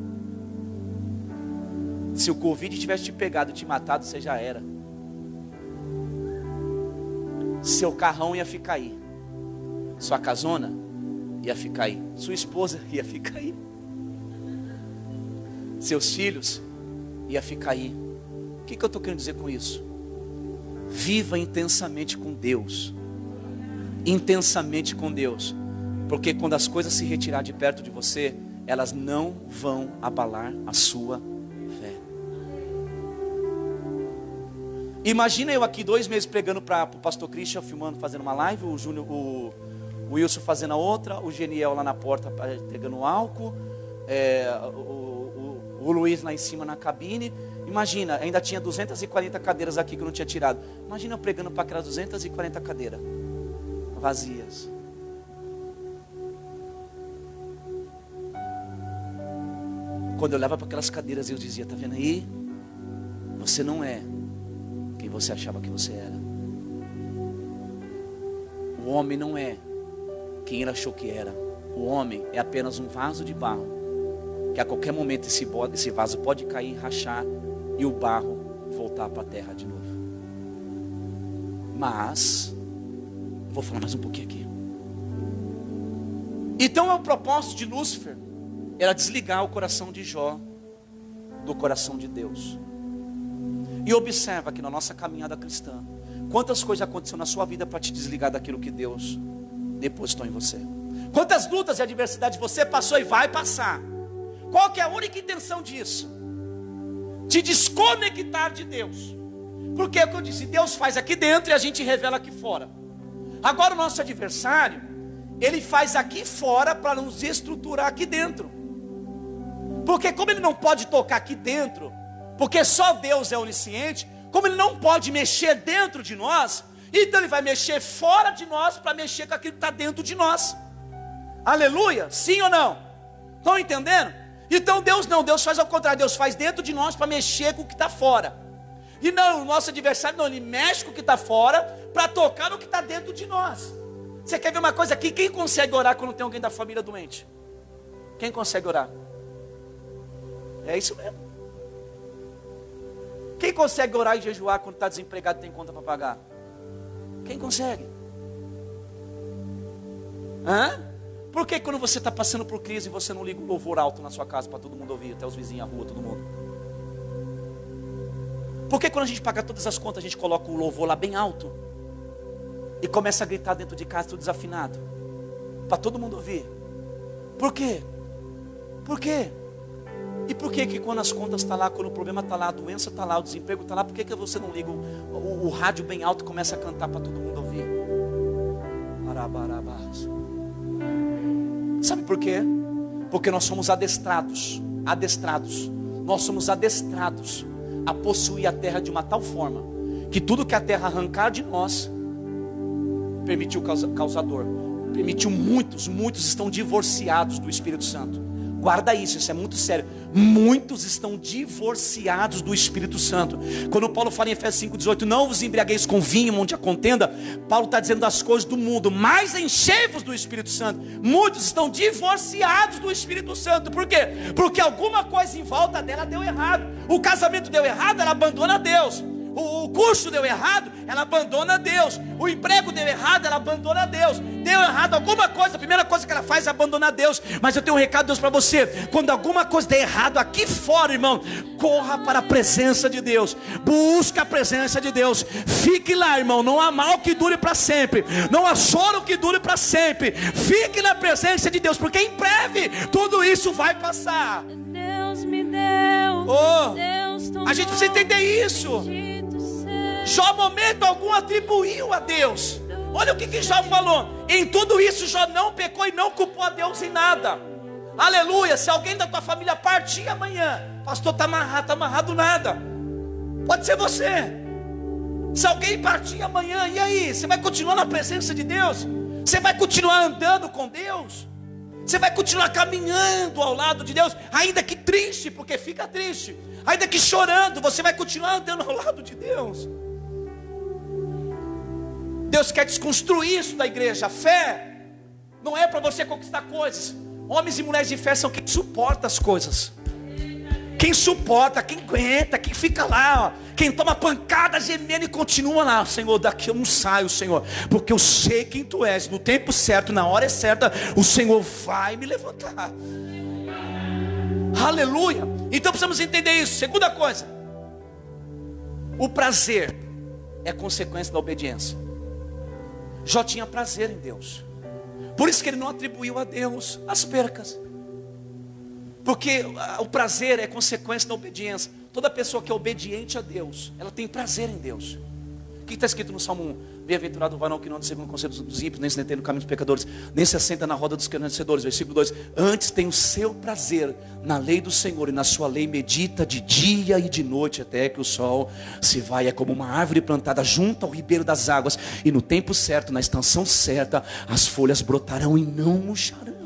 Se o Covid tivesse te pegado e te matado, você já era. Seu carrão ia ficar aí. Sua casona ia ficar aí. Sua esposa ia ficar aí. Seus filhos ia ficar aí. O que eu estou querendo dizer com isso? Viva intensamente com Deus. Intensamente com Deus. Porque quando as coisas se retirar de perto de você, elas não vão abalar a sua fé. Imagina eu aqui 2 meses pregando para o pastor Christian, filmando, fazendo uma live, o Júnior, o Wilson fazendo a outra, o Geniel lá na porta pegando álcool, o Luiz lá em cima na cabine. Imagina, ainda tinha 240 cadeiras aqui que eu não tinha tirado. Imagina eu pregando para aquelas 240 cadeiras vazias. Quando eu olhava para aquelas cadeiras, eu dizia: tá vendo aí? Você não é quem você achava que você era. O homem não é quem ele achou que era. O homem é apenas um vaso de barro, que a qualquer momento esse vaso pode cair, rachar e o barro voltar para a terra de novo. Mas vou falar mais um pouquinho aqui. Então o propósito de Lúcifer era desligar o coração de Jó do coração de Deus. E observa que na nossa caminhada cristã, quantas coisas aconteceram na sua vida para te desligar daquilo que Deus depositou em você. Quantas lutas e adversidades você passou e vai passar. Qual que é a única intenção disso? Te desconectar de Deus. Porque é o que eu disse, Deus faz aqui dentro e a gente revela aqui fora. Agora o nosso adversário, ele faz aqui fora para nos estruturar aqui dentro. Porque como ele não pode tocar aqui dentro, porque só Deus é onisciente, como ele não pode mexer dentro de nós, então ele vai mexer fora de nós para mexer com aquilo que está dentro de nós. Aleluia, sim ou não? Estão entendendo? Então Deus não, Deus faz ao contrário, Deus faz dentro de nós para mexer com o que está fora. E não, o nosso adversário não, ele mexe com o que está fora para tocar no que está dentro de nós. Você quer ver uma coisa aqui? Quem consegue orar quando tem alguém da família doente? Quem consegue orar? É isso mesmo. Quem consegue orar e jejuar quando está desempregado e tem conta para pagar? Quem consegue? Hã? Por que quando você está passando por crise você não liga um louvor alto na sua casa para todo mundo ouvir, até os vizinhos, a rua, todo mundo? Por que quando a gente paga todas as contas a gente coloca o louvor lá bem alto e começa a gritar dentro de casa tudo desafinado para todo mundo ouvir? Por quê? Por quê? E por que que quando as contas estão lá, quando o problema está lá, a doença está lá, o desemprego está lá, por que que você não liga o rádio bem alto e começa a cantar para todo mundo ouvir? Sabe por quê? Porque nós somos adestrados. Nós somos adestrados a possuir a terra de uma tal forma que tudo que a terra arrancar de nós permitiu causador. Permitiu muitos estão divorciados do Espírito Santo. Guarda isso, isso é muito sério. Muitos estão divorciados do Espírito Santo. Quando Paulo fala em Efésios 5,18, não vos embriagueis com vinho, onde a contenda, Paulo está dizendo das coisas do mundo, mas enchei-vos do Espírito Santo. Muitos estão divorciados do Espírito Santo. Por quê? Porque alguma coisa em volta dela deu errado. O casamento deu errado, ela abandona Deus. O curso deu errado, ela abandona Deus. O emprego deu errado, ela abandona Deus. Deu errado alguma coisa, a primeira coisa que ela faz é abandonar Deus. Mas eu tenho um recado, Deus, para você. Quando alguma coisa der errado aqui fora, irmão, corra para a presença de Deus. Busca a presença de Deus. Fique lá, irmão. Não há mal que dure para sempre. Não há choro que dure para sempre. Fique na presença de Deus, porque em breve tudo isso vai passar. Deus me deu. A gente precisa entender isso. Jó, momento algum, atribuiu a Deus. Olha o que Jó falou. Em tudo isso Jó não pecou e não culpou a Deus em nada. Aleluia. Se alguém da tua família partir amanhã, pastor, está amarrado nada. Pode ser você. Se alguém partir amanhã, e aí? Você vai continuar na presença de Deus? Você vai continuar andando com Deus? Você vai continuar caminhando ao lado de Deus? Ainda que triste, porque fica triste. Ainda que chorando, você vai continuar andando ao lado de Deus. Deus quer desconstruir isso da igreja. A fé não é para você conquistar coisas. Homens e mulheres de fé são quem suporta as coisas. Quem suporta, quem aguenta, quem fica lá, ó, quem toma pancada gemendo e continua lá. Senhor, daqui eu não saio, Senhor, porque eu sei quem Tu és. No tempo certo, na hora certa, o Senhor vai me levantar. Aleluia. Então precisamos entender isso. Segunda coisa, o prazer é consequência da obediência. Jó tinha prazer em Deus. Por isso que ele não atribuiu a Deus as percas. Porque o prazer é consequência da obediência. Toda pessoa que é obediente a Deus, ela tem prazer em Deus. O que está escrito no Salmo 1? Bem-aventurado o varão que não anda segundo o conselho dos ímpios, nem se detém no caminho dos pecadores, nem se assenta na roda dos escarnecedores. Versículo 2: antes tem o seu prazer na lei do Senhor, e na sua lei medita de dia e de noite, até que o sol se vai. É como uma árvore plantada junto ao ribeiro das águas, e no tempo certo, na estação certa, as folhas brotarão e não murcharão.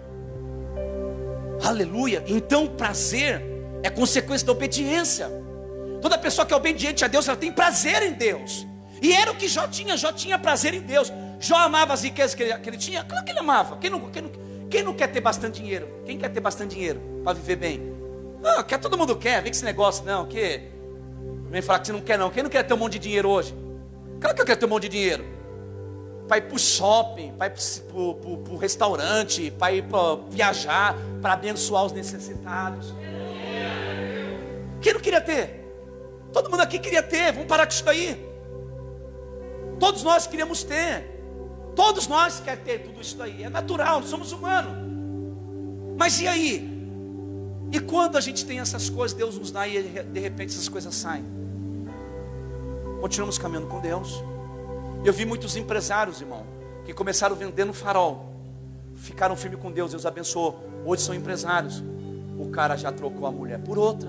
Aleluia. Então prazer é consequência da obediência. Toda pessoa que é obediente a Deus, ela tem prazer em Deus. E era o que Jó tinha. Jó tinha prazer em Deus. Jó amava as riquezas que ele tinha. Claro que ele amava. Quem não quer ter bastante dinheiro? Quem quer ter bastante dinheiro para viver bem? Não, todo mundo quer. Vem com esse negócio não. Vem falar que você não quer não. Quem não quer ter um monte de dinheiro hoje? Claro que eu quero ter um monte de dinheiro. Para ir para o shopping, para ir para o restaurante, para ir para viajar, para abençoar os necessitados. Quem não queria ter? Todo mundo aqui queria ter. Vamos parar com isso daí. Todos nós queríamos ter. Todos nós queremos ter tudo isso daí. É natural, somos humanos. Mas e aí? E quando a gente tem essas coisas, Deus nos dá e de repente essas coisas saem. Continuamos caminhando com Deus. Eu vi muitos empresários, irmão, que começaram vendendo farol, ficaram firmes com Deus, Deus abençoou. Hoje são empresários. O cara já trocou a mulher por outra.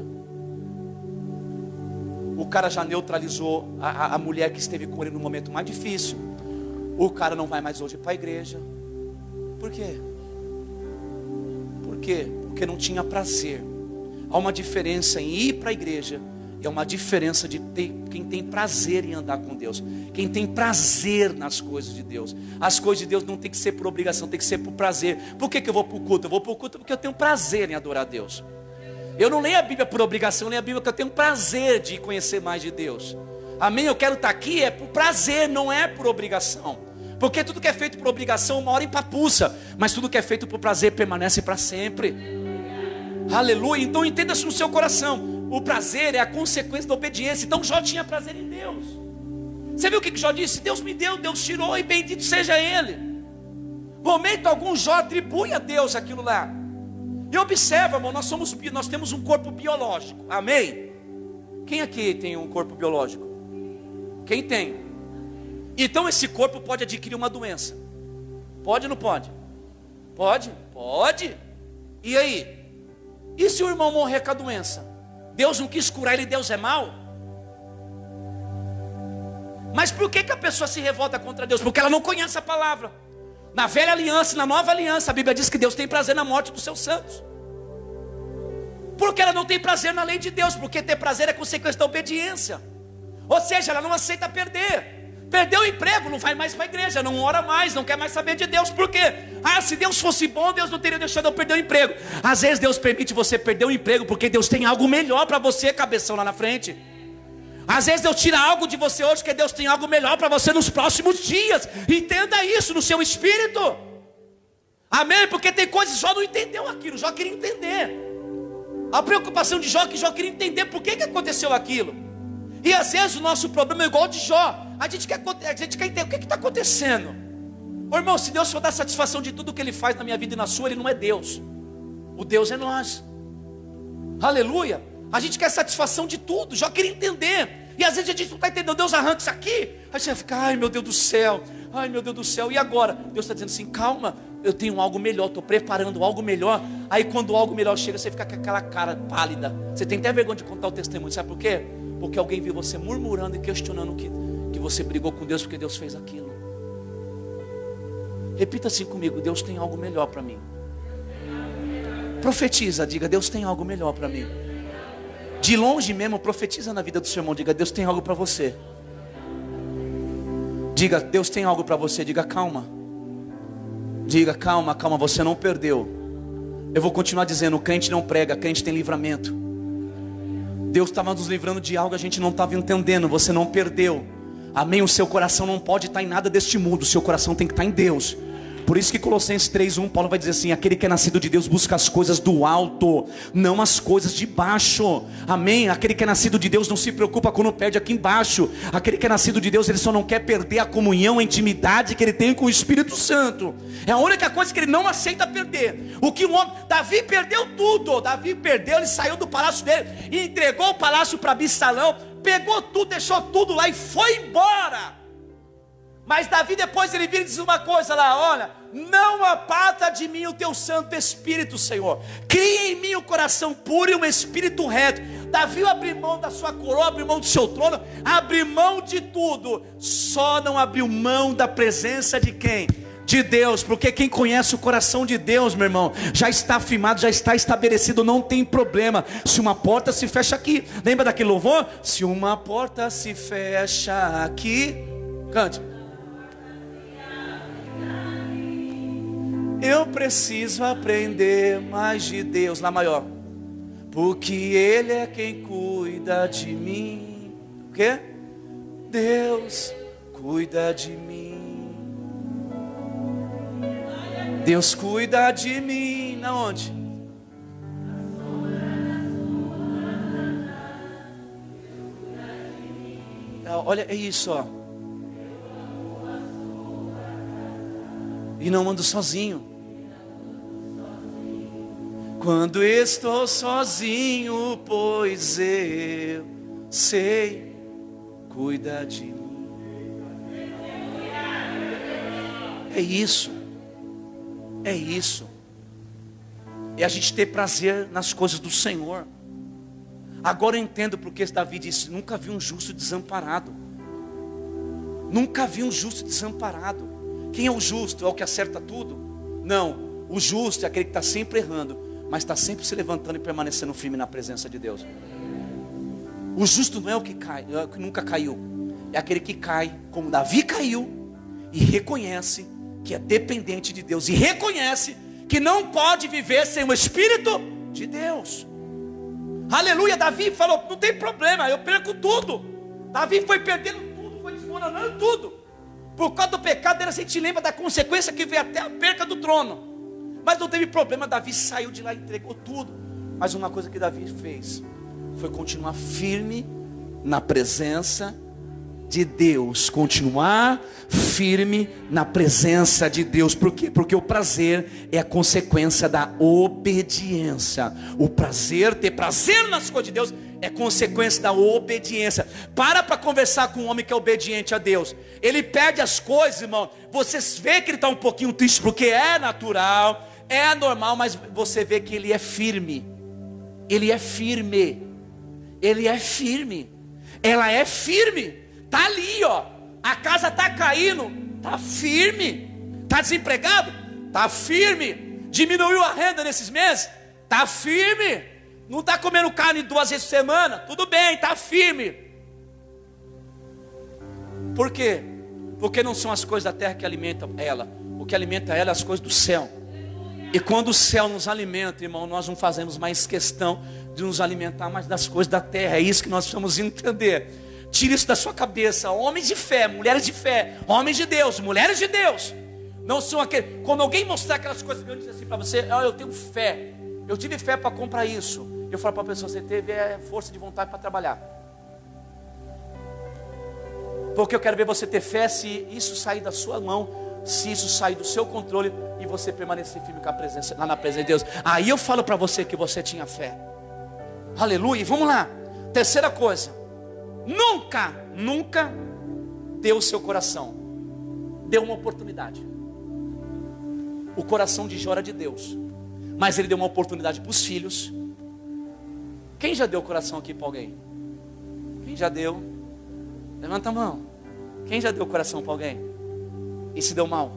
O cara já neutralizou a mulher que esteve com ele no momento mais difícil. O cara não vai mais hoje para a igreja. Por quê? Por quê? Porque não tinha prazer. Há uma diferença em ir para a igreja. É uma diferença de quem tem prazer em andar com Deus. Quem tem prazer nas coisas de Deus. As coisas de Deus não tem que ser por obrigação, tem que ser por prazer. Por que eu vou para o culto? Eu vou para o culto porque eu tenho prazer em adorar a Deus. Eu não leio a Bíblia por obrigação, eu leio a Bíblia porque eu tenho prazer de conhecer mais de Deus. Amém? Eu quero estar aqui, é por prazer, não é por obrigação. Porque tudo que é feito por obrigação, uma hora empapuça. Mas tudo que é feito por prazer permanece para sempre. Aleluia. Então entenda isso no seu coração. O prazer é a consequência da obediência. Então Jó tinha prazer em Deus. Você viu o que Jó disse? Deus me deu, Deus tirou e bendito seja Ele. Momento algum Jó atribui a Deus aquilo lá. E observa, irmão, nós temos um corpo biológico. Amém? Quem aqui tem um corpo biológico? Quem tem? Então esse corpo pode adquirir uma doença. Pode ou não pode? Pode? Pode. E aí? E se o irmão morrer com a doença? Deus não quis curar ele, Deus é mau? Mas por que a pessoa se revolta contra Deus? Porque ela não conhece a palavra. Na velha aliança, na nova aliança, a Bíblia diz que Deus tem prazer na morte dos seus santos. Porque ela não tem prazer na lei de Deus. Porque ter prazer é consequência da obediência. Ou seja, ela não aceita perder. Perdeu o emprego, não vai mais para a igreja, não ora mais, não quer mais saber de Deus. Por quê? Se Deus fosse bom, Deus não teria deixado eu perder o emprego. Às vezes Deus permite você perder o emprego porque Deus tem algo melhor para você, cabeção, lá na frente. Às vezes Deus tira algo de você hoje porque Deus tem algo melhor para você nos próximos dias. Entenda isso no seu espírito. Amém? Porque tem coisas, Jó não entendeu aquilo, Jó queria entender. A preocupação de Jó é que Jó queria entender por que aconteceu aquilo. E às vezes o nosso problema é igual ao de Jó. A gente quer entender o que está acontecendo. Ô irmão, se Deus for dar satisfação de tudo que Ele faz na minha vida e na sua, Ele não é Deus. O Deus é nós. Aleluia. A gente quer satisfação de tudo. Jó queria entender. E às vezes a gente não está entendendo. Deus arranca isso aqui. Aí você fica, ai meu Deus do céu. Ai meu Deus do céu. E agora? Deus está dizendo assim, calma. Eu tenho algo melhor, estou preparando algo melhor. Aí quando algo melhor chega, você fica com aquela cara pálida. Você tem até vergonha de contar o testemunho. Sabe por quê? Porque alguém viu você murmurando e questionando que você brigou com Deus porque Deus fez aquilo. Repita assim comigo: Deus tem algo melhor para mim. Profetiza, diga: Deus tem algo melhor para mim. De longe mesmo, profetiza na vida do seu irmão. Diga: Deus tem algo para você. Diga: Deus tem algo para você. Diga: calma. Diga: calma, calma, você não perdeu. Eu vou continuar dizendo: o crente não prega, crente tem livramento. Deus estava nos livrando de algo que a gente não estava entendendo. Você não perdeu. Amém? O seu coração não pode estar em nada deste mundo. O seu coração tem que estar em Deus. Por isso que Colossenses 3:1, Paulo vai dizer assim: aquele que é nascido de Deus busca as coisas do alto, não as coisas de baixo. Amém? Aquele que é nascido de Deus não se preocupa quando perde aqui embaixo. Aquele que é nascido de Deus, ele só não quer perder a comunhão, a intimidade que ele tem com o Espírito Santo. É a única coisa que ele não aceita perder. O que o homem, Davi perdeu tudo. Davi perdeu, ele saiu do palácio dele e entregou o palácio para Absalão. Pegou tudo, deixou tudo lá e foi embora. Mas Davi depois ele vira e diz uma coisa lá: olha, não aparta de mim o teu Santo Espírito, Senhor. Cria em mim um coração puro e um espírito reto. Davi abriu mão da sua coroa, abriu mão do seu trono, abriu mão de tudo. Só não abriu mão da presença de quem? De Deus. Porque quem conhece o coração de Deus, meu irmão, já está firmado, já está estabelecido, não tem problema. Se uma porta se fecha aqui, lembra daquele louvor? Se uma porta se fecha aqui, cante. Eu preciso aprender mais de Deus, Lá maior. Porque Ele é quem cuida de mim. O quê? Deus cuida de mim. Deus cuida de mim. Na onde? Olha, é isso, ó. E não ando sozinho. Quando estou sozinho, pois eu sei, cuida de mim. É isso. É isso. É a gente ter prazer nas coisas do Senhor. Agora eu entendo porque Davi disse: nunca vi um justo desamparado. Nunca vi um justo desamparado. Quem é o justo? É o que acerta tudo? Não, o justo é aquele que está sempre errando, mas está sempre se levantando e permanecendo firme na presença de Deus. O justo não é o que cai, é o que nunca caiu. É aquele que cai, como Davi caiu, e reconhece que é dependente de Deus, e reconhece que não pode viver sem o Espírito de Deus. Aleluia. Davi falou: não tem problema, eu perco tudo. Davi foi perdendo tudo, foi desmoronando tudo. Por causa do pecado dele, a gente lembra da consequência que veio até a perca do trono. Mas não teve problema, Davi saiu de lá e entregou tudo. Mas uma coisa que Davi fez foi continuar firme na presença de Deus. Continuar firme na presença de Deus. Por quê? Porque o prazer é a consequência da obediência. O prazer, ter prazer nas coisas de Deus, é consequência da obediência. Para conversar com um homem que é obediente a Deus. Ele perde as coisas, irmão. Você vê que ele está um pouquinho triste, porque é natural, é normal, mas você vê que ele é firme. Ele é firme. Ele é firme. Ela é firme. Está ali, ó. A casa está caindo. Está firme. Está desempregado? Está firme. Diminuiu a renda nesses meses? Está firme. Não está comendo carne 2 vezes por semana? Tudo bem, está firme. Por quê? Porque não são as coisas da terra que alimentam ela. O que alimenta ela é as coisas do céu. E quando o céu nos alimenta, irmão, nós não fazemos mais questão de nos alimentar mais das coisas da terra. É isso que nós precisamos entender. Tire isso da sua cabeça. Homens de fé, mulheres de fé, homens de Deus, mulheres de Deus, não são aqueles. Quando alguém mostrar aquelas coisas que eu disse assim para você: oh, eu tenho fé, eu tive fé para comprar isso. Eu falo para a pessoa: você teve força de vontade para trabalhar. Porque eu quero ver você ter fé se isso sair da sua mão, se isso sair do seu controle e você permanecer firme com a presença, lá na presença de Deus. Aí eu falo para você que você tinha fé. Aleluia. E vamos lá. Terceira coisa: nunca dê o seu coração. Dê uma oportunidade. O coração de Jó era de Deus, mas ele deu uma oportunidade para os filhos. Quem já deu o coração aqui para alguém? Quem já deu? Levanta a mão. Quem já deu o coração para alguém e se deu mal?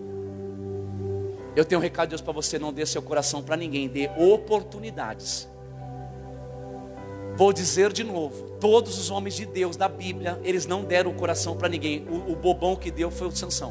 Eu tenho um recado de Deus para você: não dê seu coração para ninguém, dê oportunidades. Vou dizer de novo: todos os homens de Deus da Bíblia, eles não deram o coração para ninguém. O bobão que deu foi o Sansão.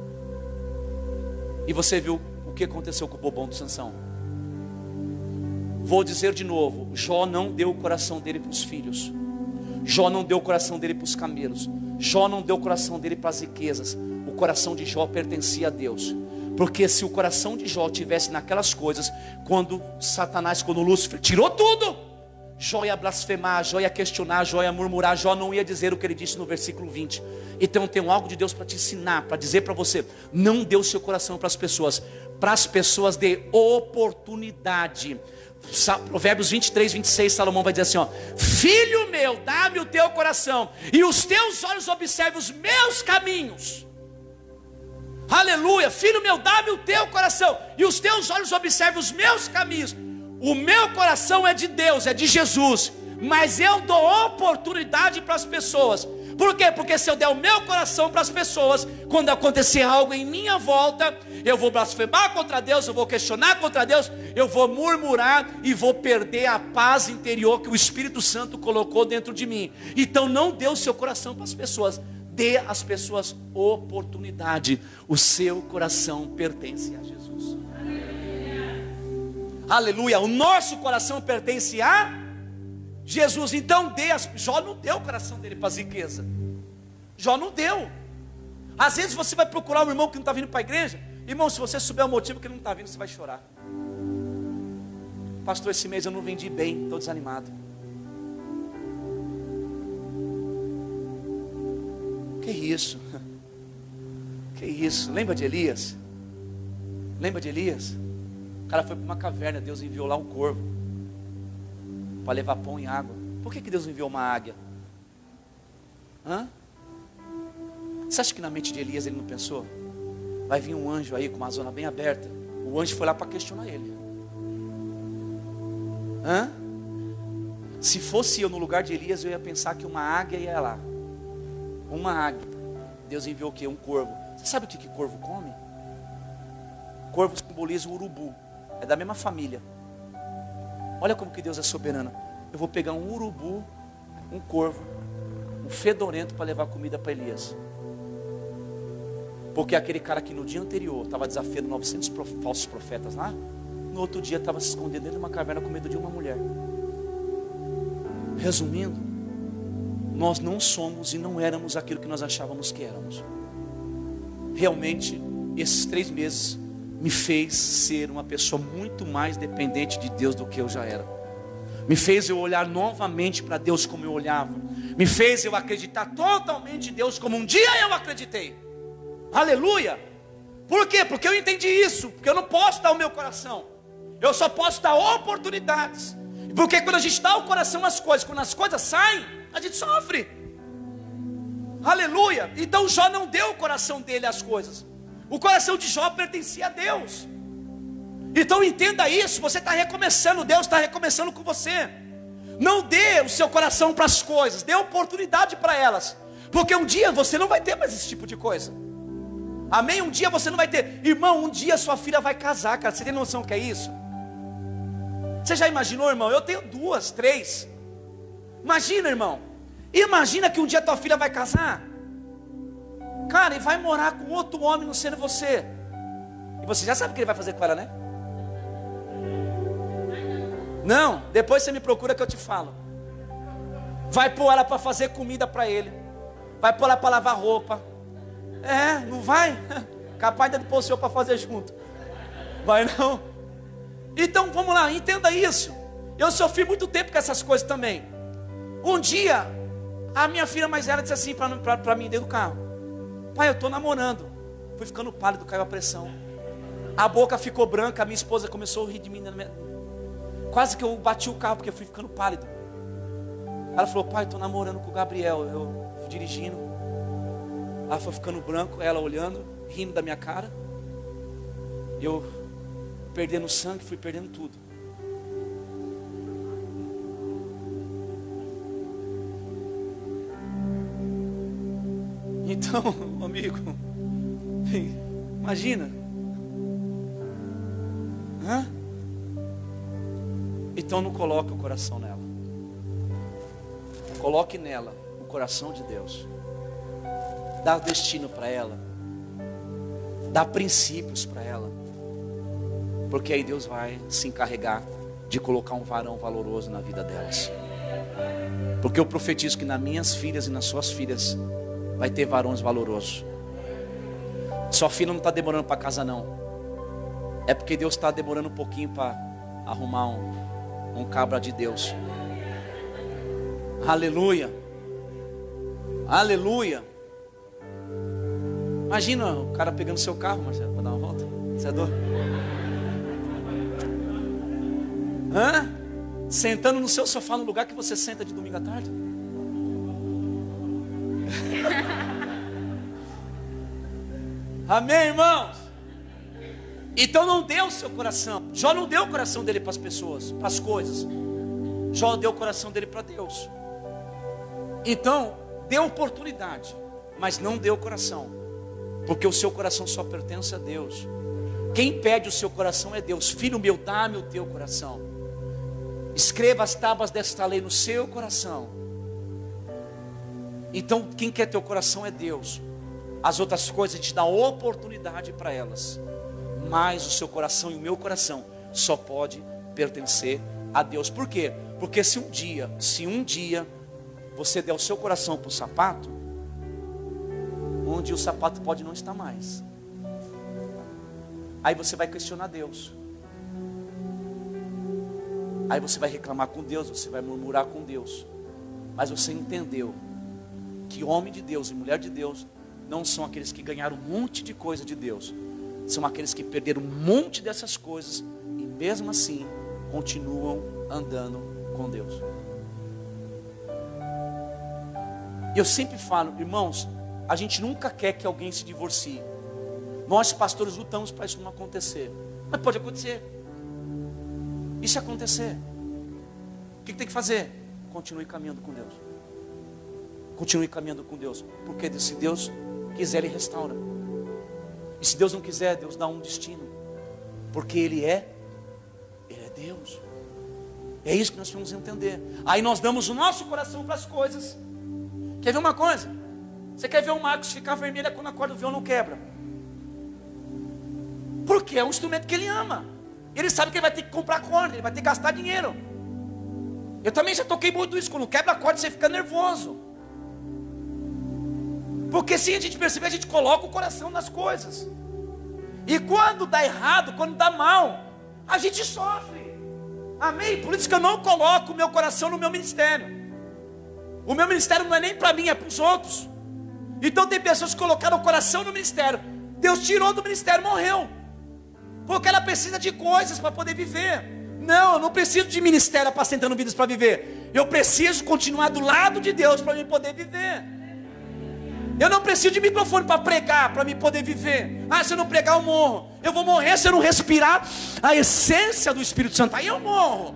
E você viu o que aconteceu com o bobão do Sansão? Vou dizer de novo: Jó não deu o coração dele para os filhos. Jó não deu o coração dele para os camelos. Jó não deu o coração dele para as riquezas. O coração de Jó pertencia a Deus. Porque se o coração de Jó tivesse naquelas coisas, quando Satanás, quando Lúcifer tirou tudo, Jó ia blasfemar, Jó ia questionar, Jó ia murmurar, Jó não ia dizer o que ele disse no versículo 20. Então tem algo de Deus para te ensinar, para dizer para você: não dê o seu coração para as pessoas. Para as pessoas dê oportunidade. Provérbios 23, 26, Salomão vai dizer assim, ó: filho meu, dá-me o teu coração, e os teus olhos observem os meus caminhos. Aleluia. Filho meu, dá-me o teu coração, e os teus olhos observem os meus caminhos. O meu coração é de Deus, é de Jesus, mas eu dou oportunidade para as pessoas. Por quê? Porque se eu der o meu coração para as pessoas, quando acontecer algo em minha volta, eu vou blasfemar contra Deus, eu vou questionar contra Deus, eu vou murmurar e vou perder a paz interior que o Espírito Santo colocou dentro de mim. Então não dê o seu coração para as pessoas, dê às pessoas oportunidade. O seu coração pertence a Jesus. Aleluia. O nosso coração pertence a Jesus. Então Jó não deu o coração dele para as riquezas. Jó não deu. Às vezes você vai procurar um irmão que não está vindo para a igreja. Irmão, se você souber o motivo que ele não está vindo, você vai chorar. Pastor, esse mês eu não vendi bem, estou desanimado. Que isso? Que isso? Lembra de Elias? Lembra de Elias? O cara foi para uma caverna, Deus enviou lá um corvo para levar pão e água. Por que Deus enviou uma águia? Hã? Você acha que na mente de Elias ele não pensou? Vai vir um anjo aí com uma zona bem aberta. O anjo foi lá para questionar ele. Hã? Se fosse eu no lugar de Elias, eu ia pensar que uma águia ia lá. Uma águia. Deus enviou o quê? Um corvo. Você sabe o que corvo come? Corvo simboliza o urubu. É da mesma família. Olha como que Deus é soberano. Eu vou pegar um urubu, um corvo, um fedorento para levar comida para Elias. Porque aquele cara que no dia anterior estava desafiando 900 falsos profetas lá, no outro dia estava se escondendo dentro de uma caverna com medo de uma mulher. Resumindo, nós não somos e não éramos aquilo que nós achávamos que éramos. Realmente, esses 3 meses me fez ser uma pessoa muito mais dependente de Deus do que eu já era. Me fez eu olhar novamente para Deus como eu olhava. Me fez eu acreditar totalmente em Deus como um dia eu acreditei. Aleluia! Por quê? Porque eu entendi isso. Porque eu não posso dar o meu coração. Eu só posso dar oportunidades. Porque quando a gente dá o coração às coisas, quando as coisas saem, a gente sofre. Aleluia! Então Jó não deu o coração dele às coisas. O coração de Jó pertencia a Deus. Então entenda isso. Você está recomeçando, Deus está recomeçando com você. Não dê o seu coração para as coisas, dê oportunidade para elas. Porque um dia você não vai ter mais esse tipo de coisa. Amém? Um dia você não vai ter. Irmão, um dia sua filha vai casar, cara. Você tem noção do que é isso? Você já imaginou, irmão? Eu tenho 2, 3. Imagina, irmão. Imagina que um dia tua filha vai casar, cara, e vai morar com outro homem, não sendo você. E você já sabe o que ele vai fazer com ela, né? Não, depois você me procura que eu te falo. Vai pôr ela para fazer comida para ele. Vai pôr ela para lavar roupa. É, não vai? Capaz de pôr o senhor para fazer junto. Vai não? Então vamos lá, entenda isso. Eu sofri muito tempo com essas coisas também. Um dia, a minha filha mais velha disse assim para mim dentro do carro: pai, eu estou namorando. Fui ficando pálido, caiu a pressão. A boca ficou branca, a minha esposa começou a rir de mim. Quase que eu bati o carro porque eu fui ficando pálido. Ela falou: pai, estou namorando com o Gabriel. Eu fui dirigindo. Ela foi ficando branco, ela olhando, rindo da minha cara. Eu perdendo sangue, fui perdendo tudo. Então, amigo, imagina. Hã? Então não coloque o coração nela. Coloque nela o coração de Deus. Dá destino para ela. Dá princípios para ela. Porque aí Deus vai se encarregar de colocar um varão valoroso na vida delas. Porque eu profetizo que nas minhas filhas e nas suas filhas vai ter varões valorosos. Sua filha não está demorando para casar não. É porque Deus está demorando um pouquinho para arrumar um cabra de Deus. Aleluia. Aleluia. Imagina o cara pegando seu carro, Marcelo, para dar uma volta. Você é doido? Hã? Sentando no seu sofá no lugar que você senta de domingo à tarde. Amém, irmãos? Então não dê o seu coração. Jó não deu o coração dele para as pessoas, para as coisas. Jó deu o coração dele para Deus. Então, dê oportunidade, mas não dê o coração. Porque o seu coração só pertence a Deus. Quem pede o seu coração é Deus. Filho meu, dá-me o teu coração. Escreva as tábuas desta lei no seu coração. Então quem quer teu coração é Deus. As outras coisas a gente dá oportunidade para elas. Mas o seu coração e o meu coração só pode pertencer a Deus. Por quê? Porque se um dia você der o seu coração para o sapato, onde o sapato pode não estar mais. Aí você vai questionar Deus. Aí você vai reclamar com Deus, você vai murmurar com Deus. Mas você entendeu que homem de Deus e mulher de Deus não são aqueles que ganharam um monte de coisa de Deus. São aqueles que perderam um monte dessas coisas e mesmo assim continuam andando com Deus. E eu sempre falo, irmãos, a gente nunca quer que alguém se divorcie. Nós pastores lutamos para isso não acontecer. Mas pode acontecer. E se acontecer? O que tem que fazer? Continue caminhando com Deus. Continue caminhando com Deus. Porque se Deus quiser, Ele restaura. E se Deus não quiser, Deus dá um destino. Porque Ele é Deus. É isso que nós vamos entender. Aí nós damos o nosso coração para as coisas. Quer ver uma coisa? Você quer ver o Marcos ficar vermelho quando a corda do violão quebra? Porque é um instrumento que ele ama. Ele sabe que ele vai ter que comprar corda, ele vai ter que gastar dinheiro. Eu também já toquei muito isso. Quando quebra a corda, você fica nervoso. Porque sem a gente perceber, a gente coloca o coração nas coisas. E quando dá errado, quando dá mal, a gente sofre. Amém? Por isso que eu não coloco o meu coração no meu ministério. O meu ministério não é nem para mim, é para os outros. Então tem pessoas que colocaram o coração no ministério. Deus tirou do ministério, morreu. Porque ela precisa de coisas para poder viver. Não, eu não preciso de ministério apacentando vidas para viver. Eu preciso continuar do lado de Deus para me poder viver. Eu não preciso de microfone para pregar, para me poder viver. Ah, se eu não pregar eu morro. Eu vou morrer se eu não respirar a essência do Espírito Santo. Aí eu morro.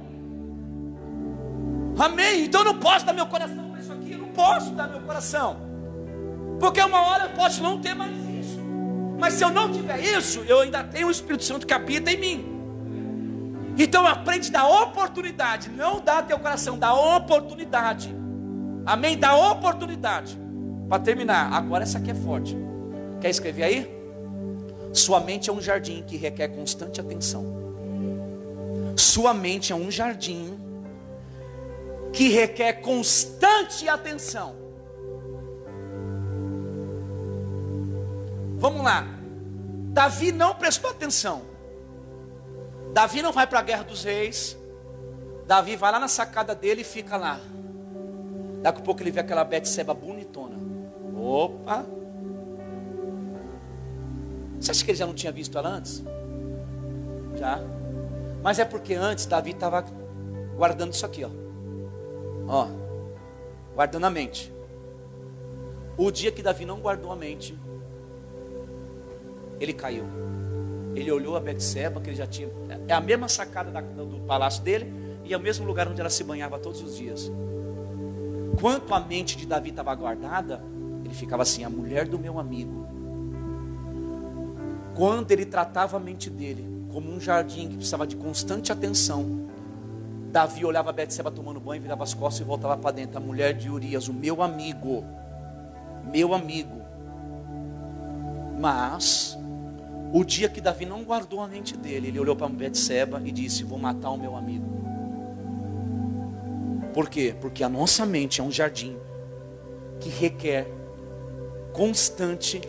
Amém? Então eu não posso dar meu coração para isso aqui. Eu não posso dar meu coração. Porque uma hora eu posso não ter mais isso. Mas se eu não tiver isso, eu ainda tenho o Espírito Santo que habita em mim. Então aprende da oportunidade. Não dá teu coração, dá oportunidade. Amém? Dá oportunidade. Para terminar, agora essa aqui é forte. Quer escrever aí? Sua mente é um jardim que requer constante atenção. Sua mente é um jardim que requer constante atenção. Vamos lá. Davi não prestou atenção. Davi não vai para a guerra dos reis. Davi vai lá na sacada dele e fica lá. Daqui a pouco ele vê aquela Betseba bonitona. Opa! Você acha que ele já não tinha visto ela antes? Já. Mas é porque antes Davi estava guardando isso aqui, ó. Guardando a mente. O dia que Davi não guardou a mente, ele caiu. Ele olhou a Betseba, que ele já tinha. É a mesma sacada do palácio dele e é o mesmo lugar onde ela se banhava todos os dias. Quanto a mente de Davi estava guardada, ele ficava assim: a mulher do meu amigo. Quando ele tratava a mente dele como um jardim que precisava de constante atenção, Davi olhava a Betseba tomando banho, virava as costas e voltava para dentro. A mulher de Urias, o meu amigo. Meu amigo. Mas o dia que Davi não guardou a mente dele, ele olhou para Betseba e disse: vou matar o meu amigo. Por quê? Porque a nossa mente é um jardim que requer constante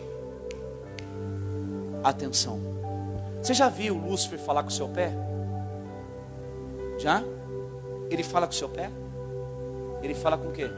atenção. Você já viu Lúcifer falar com o seu pé? Já? Ele fala com o seu pé? Ele fala com o quê?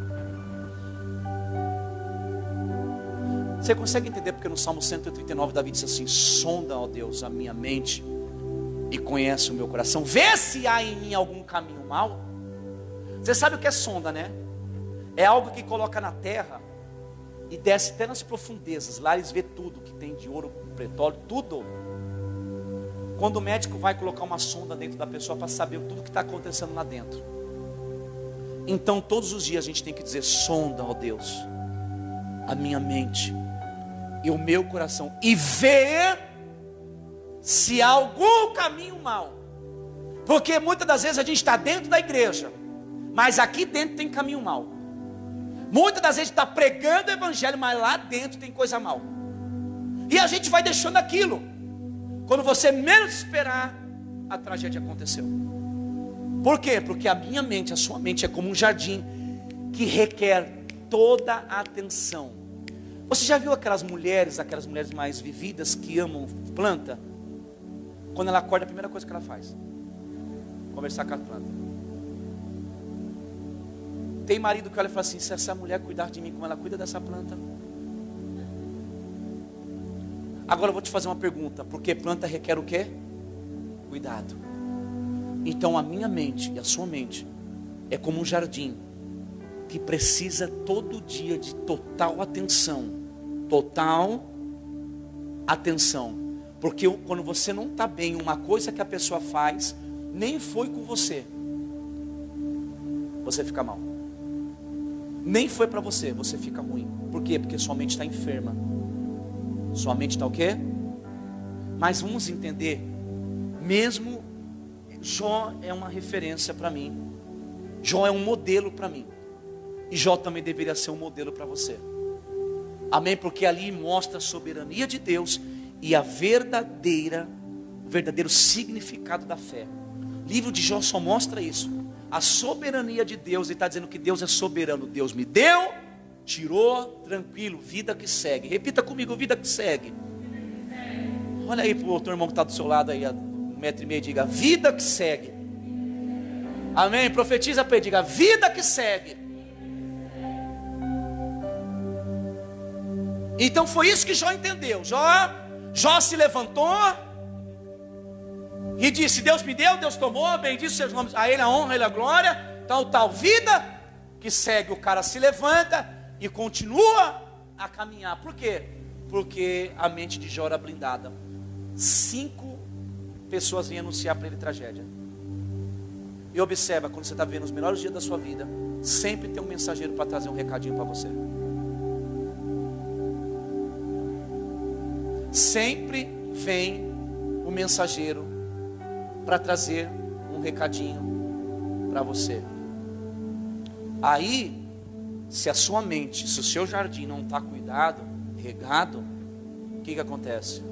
Você consegue entender porque no Salmo 139 Davi disse assim: sonda, ó Deus, a minha mente e conhece o meu coração, vê se há em mim algum caminho mau. Você sabe o que é sonda, né? É algo que coloca na terra e desce até nas profundezas. Lá eles vê tudo que tem de ouro, petróleo, tudo. Quando o médico vai colocar uma sonda dentro da pessoa para saber tudo que está acontecendo lá dentro. Então todos os dias a gente tem que dizer: sonda, ó Deus, a minha mente e o meu coração, e ver se há algum caminho mau. Porque muitas das vezes a gente está dentro da igreja, mas aqui dentro tem caminho mau. Muitas das vezes está pregando o evangelho, mas lá dentro tem coisa mal. E a gente vai deixando aquilo. Quando você menos esperar, a tragédia aconteceu. Por quê? Porque a minha mente, a sua mente é como um jardim que requer toda a atenção. Você já viu aquelas mulheres mais vividas que amam planta? Quando ela acorda, a primeira coisa que ela faz: conversar com a planta. Tem marido que olha e fala assim: se essa mulher cuidar de mim como ela cuida dessa planta. Agora eu vou te fazer uma pergunta: porque planta requer o quê? Cuidado. Então a minha mente e a sua mente é como um jardim que precisa todo dia de total atenção. Total atenção. Porque quando você não está bem, uma coisa que a pessoa faz, nem foi com você, você fica mal. Nem foi para você, você fica ruim. Por quê? Porque sua mente está enferma. Sua mente está o quê? Mas vamos entender, mesmo Jó é uma referência para mim. Jó é um modelo para mim. E Jó também deveria ser um modelo para você. Amém? Porque ali mostra a soberania de Deus e a verdadeiro significado da fé. O livro de Jó só mostra isso. A soberania de Deus. E está dizendo que Deus é soberano. Deus me deu, tirou, tranquilo, vida que segue. Repita comigo: vida que segue. Olha aí para o teu irmão que está do seu lado aí, a 1,5 m, diga: vida que segue. Amém? Profetiza para ele, diga: vida que segue. Então foi isso que Jó entendeu. Jó se levantou e disse: Deus me deu, Deus tomou, bendito seus nomes, a Ele a honra, a Ele a glória, tal, vida que segue. O cara se levanta e continua a caminhar. Por quê? Porque a mente de Jó era blindada. 5 pessoas vêm anunciar para ele tragédia. E observa, quando você está vivendo os melhores dias da sua vida, sempre tem um mensageiro para trazer um recadinho para você. Sempre vem o mensageiro para trazer um recadinho para você. Aí, se a sua mente, se o seu jardim não está cuidado, regado, o que acontece?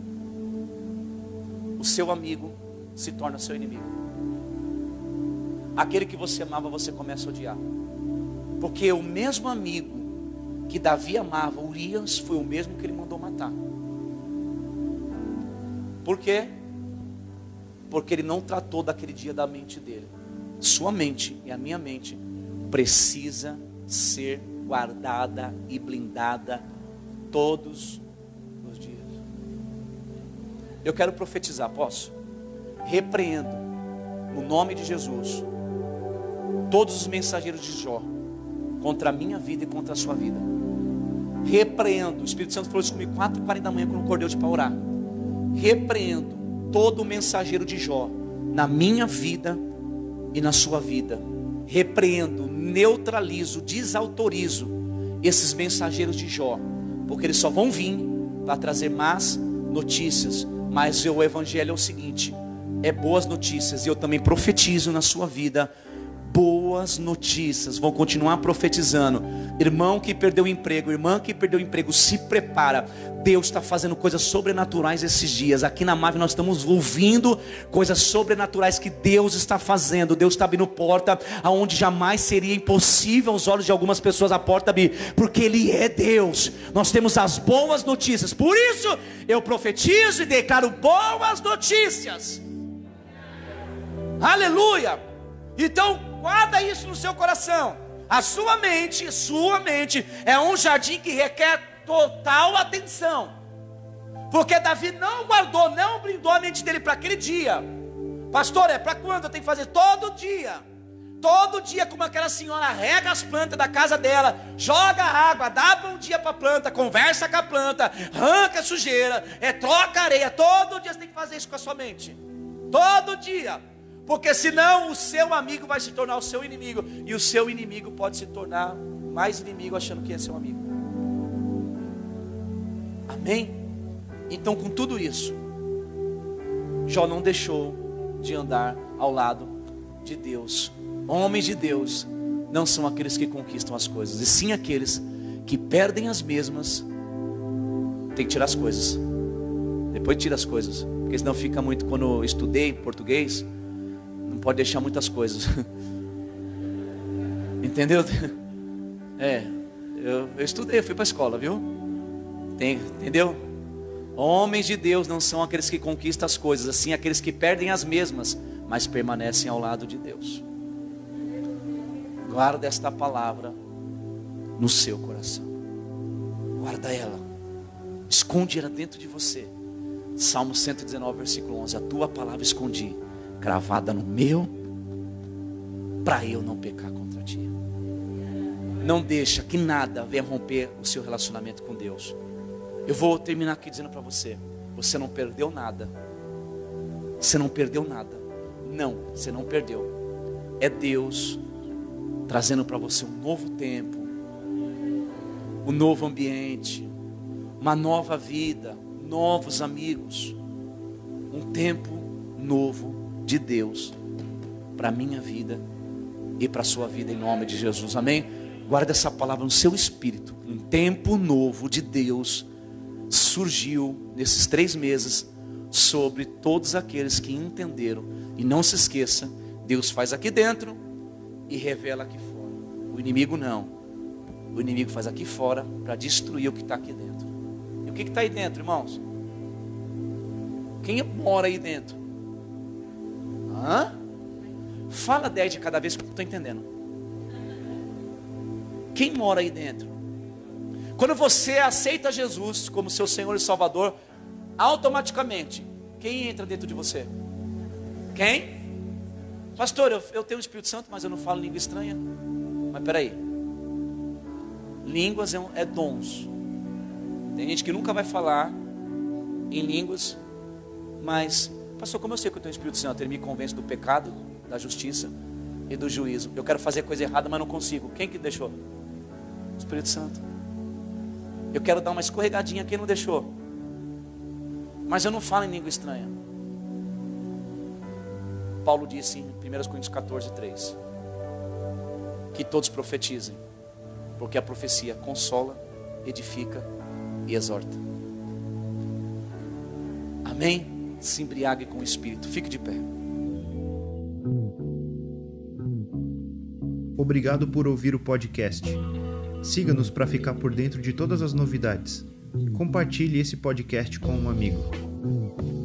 O seu amigo se torna seu inimigo. Aquele que você amava, você começa a odiar. Porque o mesmo amigo que Davi amava, Urias, foi o mesmo que ele mandou matar. Por quê? Porque ele não tratou daquele dia da mente dele. Sua mente e a minha mente precisa ser guardada e blindada todos os dias. Eu quero profetizar, posso? Repreendo, no nome de Jesus, todos os mensageiros de Jó contra a minha vida e contra a sua vida. Repreendo. O Espírito Santo falou isso comigo 4h40 da manhã, quando eu acordei hoje para orar. Repreendo todo o mensageiro de Jó na minha vida e na sua vida. Repreendo, neutralizo, desautorizo esses mensageiros de Jó, porque eles só vão vir para trazer más notícias. Mas o evangelho é o seguinte: é boas notícias. E eu também profetizo na sua vida boas notícias. Vão continuar profetizando. Irmão que perdeu o emprego, irmã que perdeu o emprego, se prepara. Deus está fazendo coisas sobrenaturais esses dias. Aqui na MAV nós estamos ouvindo coisas sobrenaturais que Deus está fazendo. Deus está abrindo porta aonde jamais seria impossível aos olhos de algumas pessoas a porta abrir, porque Ele é Deus. Nós temos as boas notícias. Por isso eu profetizo e declaro boas notícias. Aleluia. Então guarda isso no seu coração. A sua mente é um jardim que requer total atenção. Porque Davi não guardou, não blindou a mente dele para aquele dia. Pastor, é para quando? Eu tenho que fazer todo dia. Todo dia, como aquela senhora rega as plantas da casa dela, joga água, dá bom dia para a planta, conversa com a planta, arranca a sujeira, troca areia. Todo dia você tem que fazer isso com a sua mente. Todo dia. Porque senão o seu amigo vai se tornar o seu inimigo. E o seu inimigo pode se tornar mais inimigo achando que é seu amigo. Amém? Então, com tudo isso, Jó não deixou de andar ao lado de Deus. Homens de Deus não são aqueles que conquistam as coisas, e sim aqueles que perdem as mesmas. Tem que tirar as coisas. Depois tira as coisas, porque senão fica muito. Quando eu estudei português, não pode deixar muitas coisas. Entendeu? Eu estudei, eu fui para a escola, viu? Entendeu? Homens de Deus não são aqueles que conquistam as coisas, assim aqueles que perdem as mesmas, mas permanecem ao lado de Deus. Guarda esta palavra no seu coração. Guarda ela. Esconde ela dentro de você. Salmo 119, versículo 11. A tua palavra escondi, cravada no meu, para eu não pecar contra ti. Não deixa que nada venha romper o seu relacionamento com Deus. Eu vou terminar aqui dizendo para você: você não perdeu nada. Você não perdeu nada. Não, você não perdeu. É Deus trazendo para você um novo tempo, um novo ambiente, uma nova vida, novos amigos, um tempo novo de Deus para a minha vida e para a sua vida, em nome de Jesus, amém? Guarda essa palavra no seu espírito. Um tempo novo de Deus surgiu nesses 3 meses sobre todos aqueles que entenderam. E não se esqueça, Deus faz aqui dentro e revela aqui fora. O inimigo não. O inimigo faz aqui fora para destruir o que está aqui dentro. E o que está aí dentro, irmãos? Quem mora aí dentro? Fala 10 de cada vez, porque eu estou entendendo. Quem mora aí dentro? Quando você aceita Jesus como seu Senhor e Salvador, automaticamente, quem entra dentro de você? Quem? Pastor, eu tenho o Espírito Santo, mas eu não falo língua estranha. Mas peraí, línguas é dons. Tem gente que nunca vai falar em línguas, mas, pastor, como eu sei que eu tenho o Espírito Santo? Ele me convence do pecado, da justiça e do juízo. Eu quero fazer coisa errada, mas não consigo. Quem que deixou? O Espírito Santo. Eu quero dar uma escorregadinha, quem não deixou? Mas eu não falo em língua estranha. Paulo disse em 1 Coríntios 14:3 que todos profetizem, porque a profecia consola, edifica e exorta. Amém? Se embriague com o Espírito. Fique de pé. Obrigado por ouvir o podcast. Siga-nos para ficar por dentro de todas as novidades. Compartilhe esse podcast com um amigo.